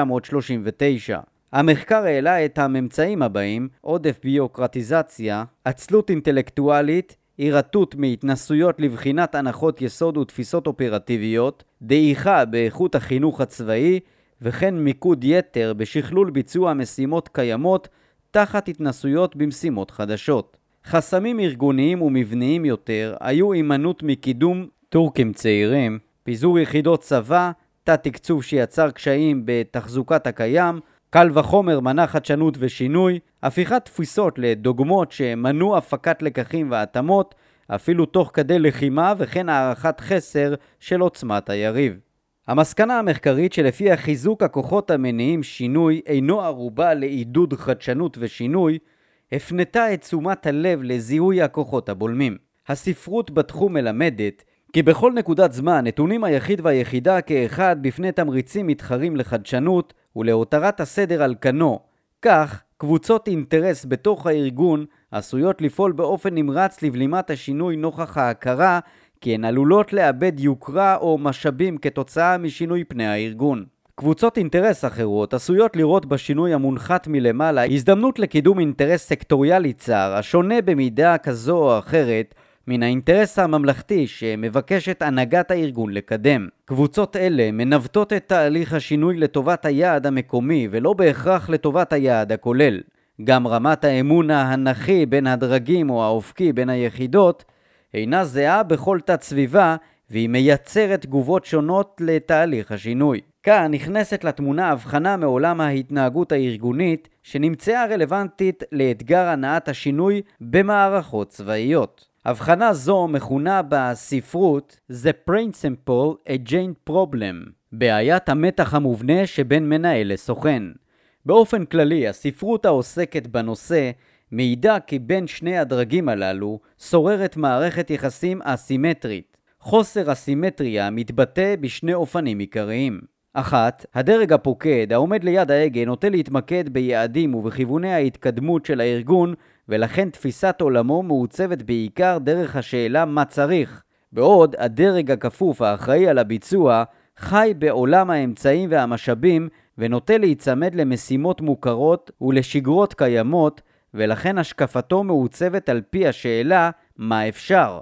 1939. המחקר העלה את הממצאים הבאים: עודף ביוקרטיזציה, עצלות אינטלקטואלית, הירתות מהתנסויות לבחינת הנחות יסוד ותפיסות אופרטיביות, דעיכה באיכות החינוך הצבאי, וכן מיקוד יתר בשכלול ביצוע משימות קיימות תחת התנסויות במשימות חדשות. חסמים ארגוניים ומבניים יותר היו הימנעות מקידום טורקים צעירים, פיזור יחידות צבא, תת-תקצוב שיצר קשיים בתחזוקת הקיים, קל וחומר מנע חדשנות ושינוי, הפיכת תפיסות לדוגמות שמנעו הפקת לקחים והתאמות, אפילו תוך כדי לחימה, וכן הערכת חסר של עוצמת היריב. המסקנה המחקרית שלפיה חיזוק הכוחות המניעים שינוי אינו ערובה לעידוד חדשנות ושינוי, הפנתה את תשומת הלב לזיהוי הכוחות הבולמים. הספרות בתחום מלמדת כי בכל נקודת זמן נתונים היחיד והיחידה כאחד בפני תמריצים מתחרים לחדשנות ולהותרת הסדר על כנו. כך, קבוצות אינטרס בתוך הארגון עשויות לפעול באופן נמרץ לבלימת השינוי נוכח ההכרה כי הן עלולות לאבד יוקרה או משאבים כתוצאה משינוי פני הארגון. קבוצות אינטרס אחרות עשויות לראות בשינוי המונחת מלמעלה הזדמנות לקידום אינטרס סקטוריאלי צר השונה במידה כזו או אחרת מן האינטרס הממלכתי שמבקשת הנהגת הארגון לקדם. קבוצות אלה מנווטות את תהליך השינוי לטובת היעד המקומי ולא בהכרח לטובת היעד הכולל. גם רמת האמון ההנכי בין הדרגים או האופקי בין היחידות אינה זהה בכל תת סביבה והיא מייצרת תגובות שונות לתהליך השינוי. כאן נכנסת לתמונה הבחנה מעולם ההתנהגות הארגונית שנמצאה רלוונטית לאתגר הנעת השינוי במערכות צבאיות. הבחנה זו מכונה בספרות The Principal Agent Problem, בעיית המתח המובנה שבין מנהל לסוכן. באופן כללי, הספרות העוסקת בנושא מעידה כי בין שני הדרגים הללו שוררת מערכת יחסים אסימטרית. חוסר אסימטריה מתבטא בשני אופנים עיקריים. 1. הדרג הפוקד העומד ליד ההגה נוטה להתמקד ביעדים ובכיווני ההתקדמות של הארגון, ולכן תפיסת עולמו מעוצבת בעיקר דרך השאלה מה צריך, בעוד הדרג הכפוף האחראי על הביצוע חי בעולם האמצעים והמשאבים ונוטה להיצמד למשימות מוכרות ולשגרות קיימות, ולכן השקפתו מעוצבת על פי השאלה מה אפשר.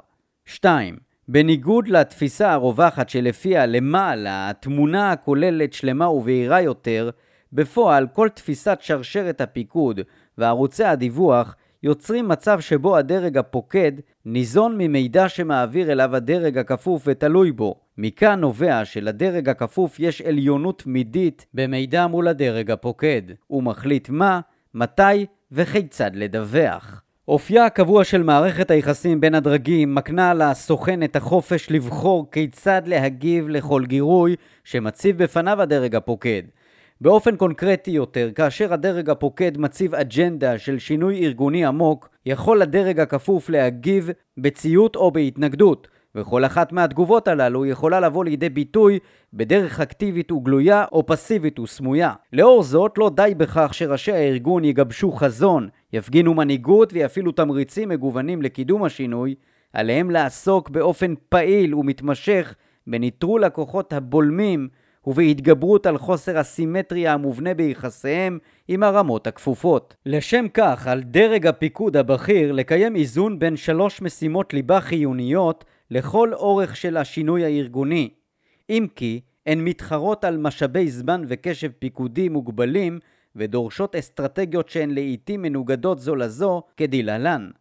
2. בניגוד לתפיסה הרווחת שלפיה למעלה התמונה הכוללת שלמה ובהירה יותר, בפועל כל תפיסת שרשרת הפיקוד וערוצי הדיווח יוצרים מצב שבו הדרג הפוקד ניזון ממידע שמעביר אליו הדרג הכפוף ותלוי בו. מכאן נובע שלדרג הכפוף יש עליונות תמידית במידע מול הדרג הפוקד. הוא מחליט מה, מתי וכיצד לדווח. אופייה הקבוע של מערכת היחסים בין הדרגים מקנה לסוכן את החופש לבחור כיצד להגיב לכל גירוי שמציב בפניו הדרג הפוקד. באופן קונקרטי יותר, כאשר הדרג הפוקד מציב אג'נדה של שינוי ארגוני עמוק, יכול הדרג הכפוף להגיב בציות או בהתנגדות, וכל אחת מהתגובות הללו יכולה לבוא לידי ביטוי בדרך אקטיבית וגלויה או פסיבית וסמויה. לאור זאת, לא די בכך שראשי הארגון יגבשו חזון, יפגינו מנהיגות ויפעילו תמריצים מגוונים לקידום השינוי, עליהם לעסוק באופן פעיל ומתמשך בניטרול הכוחות הבולמים ובהתגברות על חוסר הסימטריה המובנה ביחסיהם עם הרמות הכפופות. לשם כך, על דרג הפיקוד הבכיר לקיים איזון בין 3 משימות ליבה חיוניות לכל אורך של השינוי הארגוני. אם כי, הן מתחרות על משאבי זמן וקשב פיקודי מוגבלים ודורשות אסטרטגיות שהן לעתים מנוגדות זו לזו כדלהלן.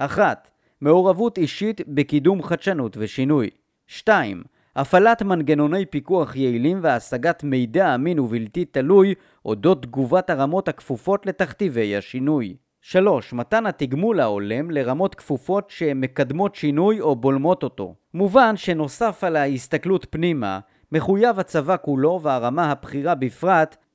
1. מעורבות אישית בקידום חדשנות ושינוי. 2. הפעלת מנגנוני פיקוח יעילים והשגת מידע אמין ובלתי תלוי אודות תגובת הרמות הכפופות לתכתיבי השינוי. 3. מתן התגמול ההולם לרמות כפופות שמקדמות שינוי או בולמות אותו. מובן שנוסף על ההסתכלות פנימה, מחויב הצבא כולו והרמה הבכירה בפרט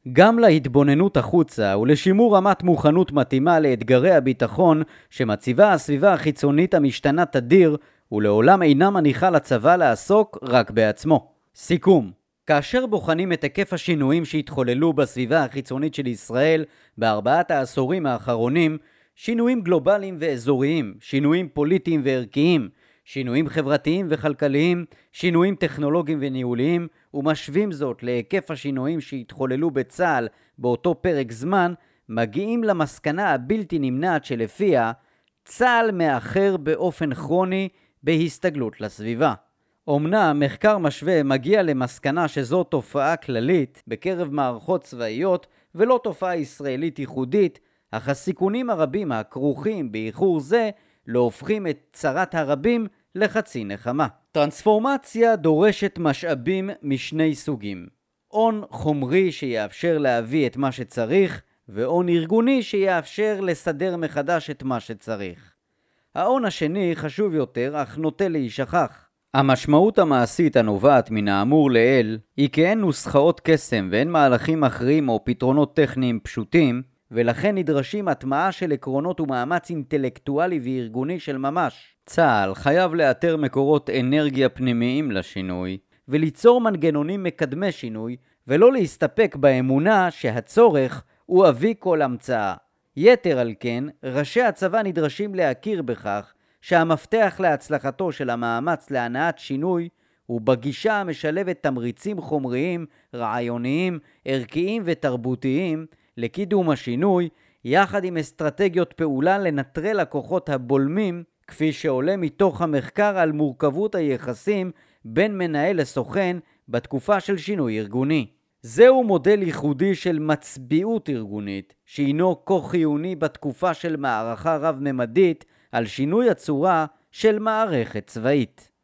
גם להתבוננות החוצה ולשימור רמת מוכנות מתאימה לאתגרי הביטחון שמציבה הסביבה החיצונית המשתנה תדיר ולעולם אינה מניחה לצבא לעסוק רק בעצמו. סיכום: כאשר בוחנים את היקף השינויים שהתחוללו בסביבה החיצונית של ישראל בארבעת העשורים האחרונים, שינויים גלובליים ואזוריים, שינויים פוליטיים וערכיים, שינויים חברתיים וכלכליים, שינויים טכנולוגיים וניהוליים, ומשווים זאת להיקף השינויים שהתחוללו בצה"ל באותו פרק זמן, מגיעים למסקנה הבלתי נמנעת שלפיה צה"ל מאחר באופן כרוני בהסתגלות לסביבה. אמנם מחקר משווה מגיע למסקנה שזו תופעה כללית בקרב מערכות צבאיות ולא תופעה ישראלית ייחודית, אך הסיכונים הרבים הכרוכים באיחור זה לא הופכים את צרת הרבים לחצי נחמה. טרנספורמציה דורשת משאבים משני סוגים: הון חומרי שיאפשר להביא את מה שצריך, והון ארגוני שיאפשר לסדר מחדש את מה שצריך. ההון השני חשוב יותר, אך נוטה להישכח. המשמעות המעשית הנובעת מן האמור לעיל היא כי אין נוסחאות קסם ואין מהלכים אחרים או פתרונות טכניים פשוטים, ולכן נדרשים הטמעה של עקרונות ומאמץ אינטלקטואלי וארגוני של ממש. צה"ל חייב לאתר מקורות אנרגיה פנימיים לשינוי, וליצור מנגנונים מקדמי שינוי, ולא להסתפק באמונה שהצורך הוא אבי כל המצאה. יתר על כן, ראשי הצבא נדרשים להכיר בכך שהמפתח להצלחתו של המאמץ להנעת שינוי הוא בגישה המשלבת תמריצים חומריים, רעיוניים, ערכיים ותרבותיים לקידום השינוי, יחד עם אסטרטגיות פעולה לנטרל הכוחות הבולמים, כפי שעולה מתוך המחקר על מורכבות היחסים בין מנהל לסוכן בתקופה של שינוי ארגוני. זהו מודל ייחודי של מצביעות ארגונית, שהינו כה חיוני בתקופה של מערכה רב-ממדית על שינוי הצורה של מערכת צבאית.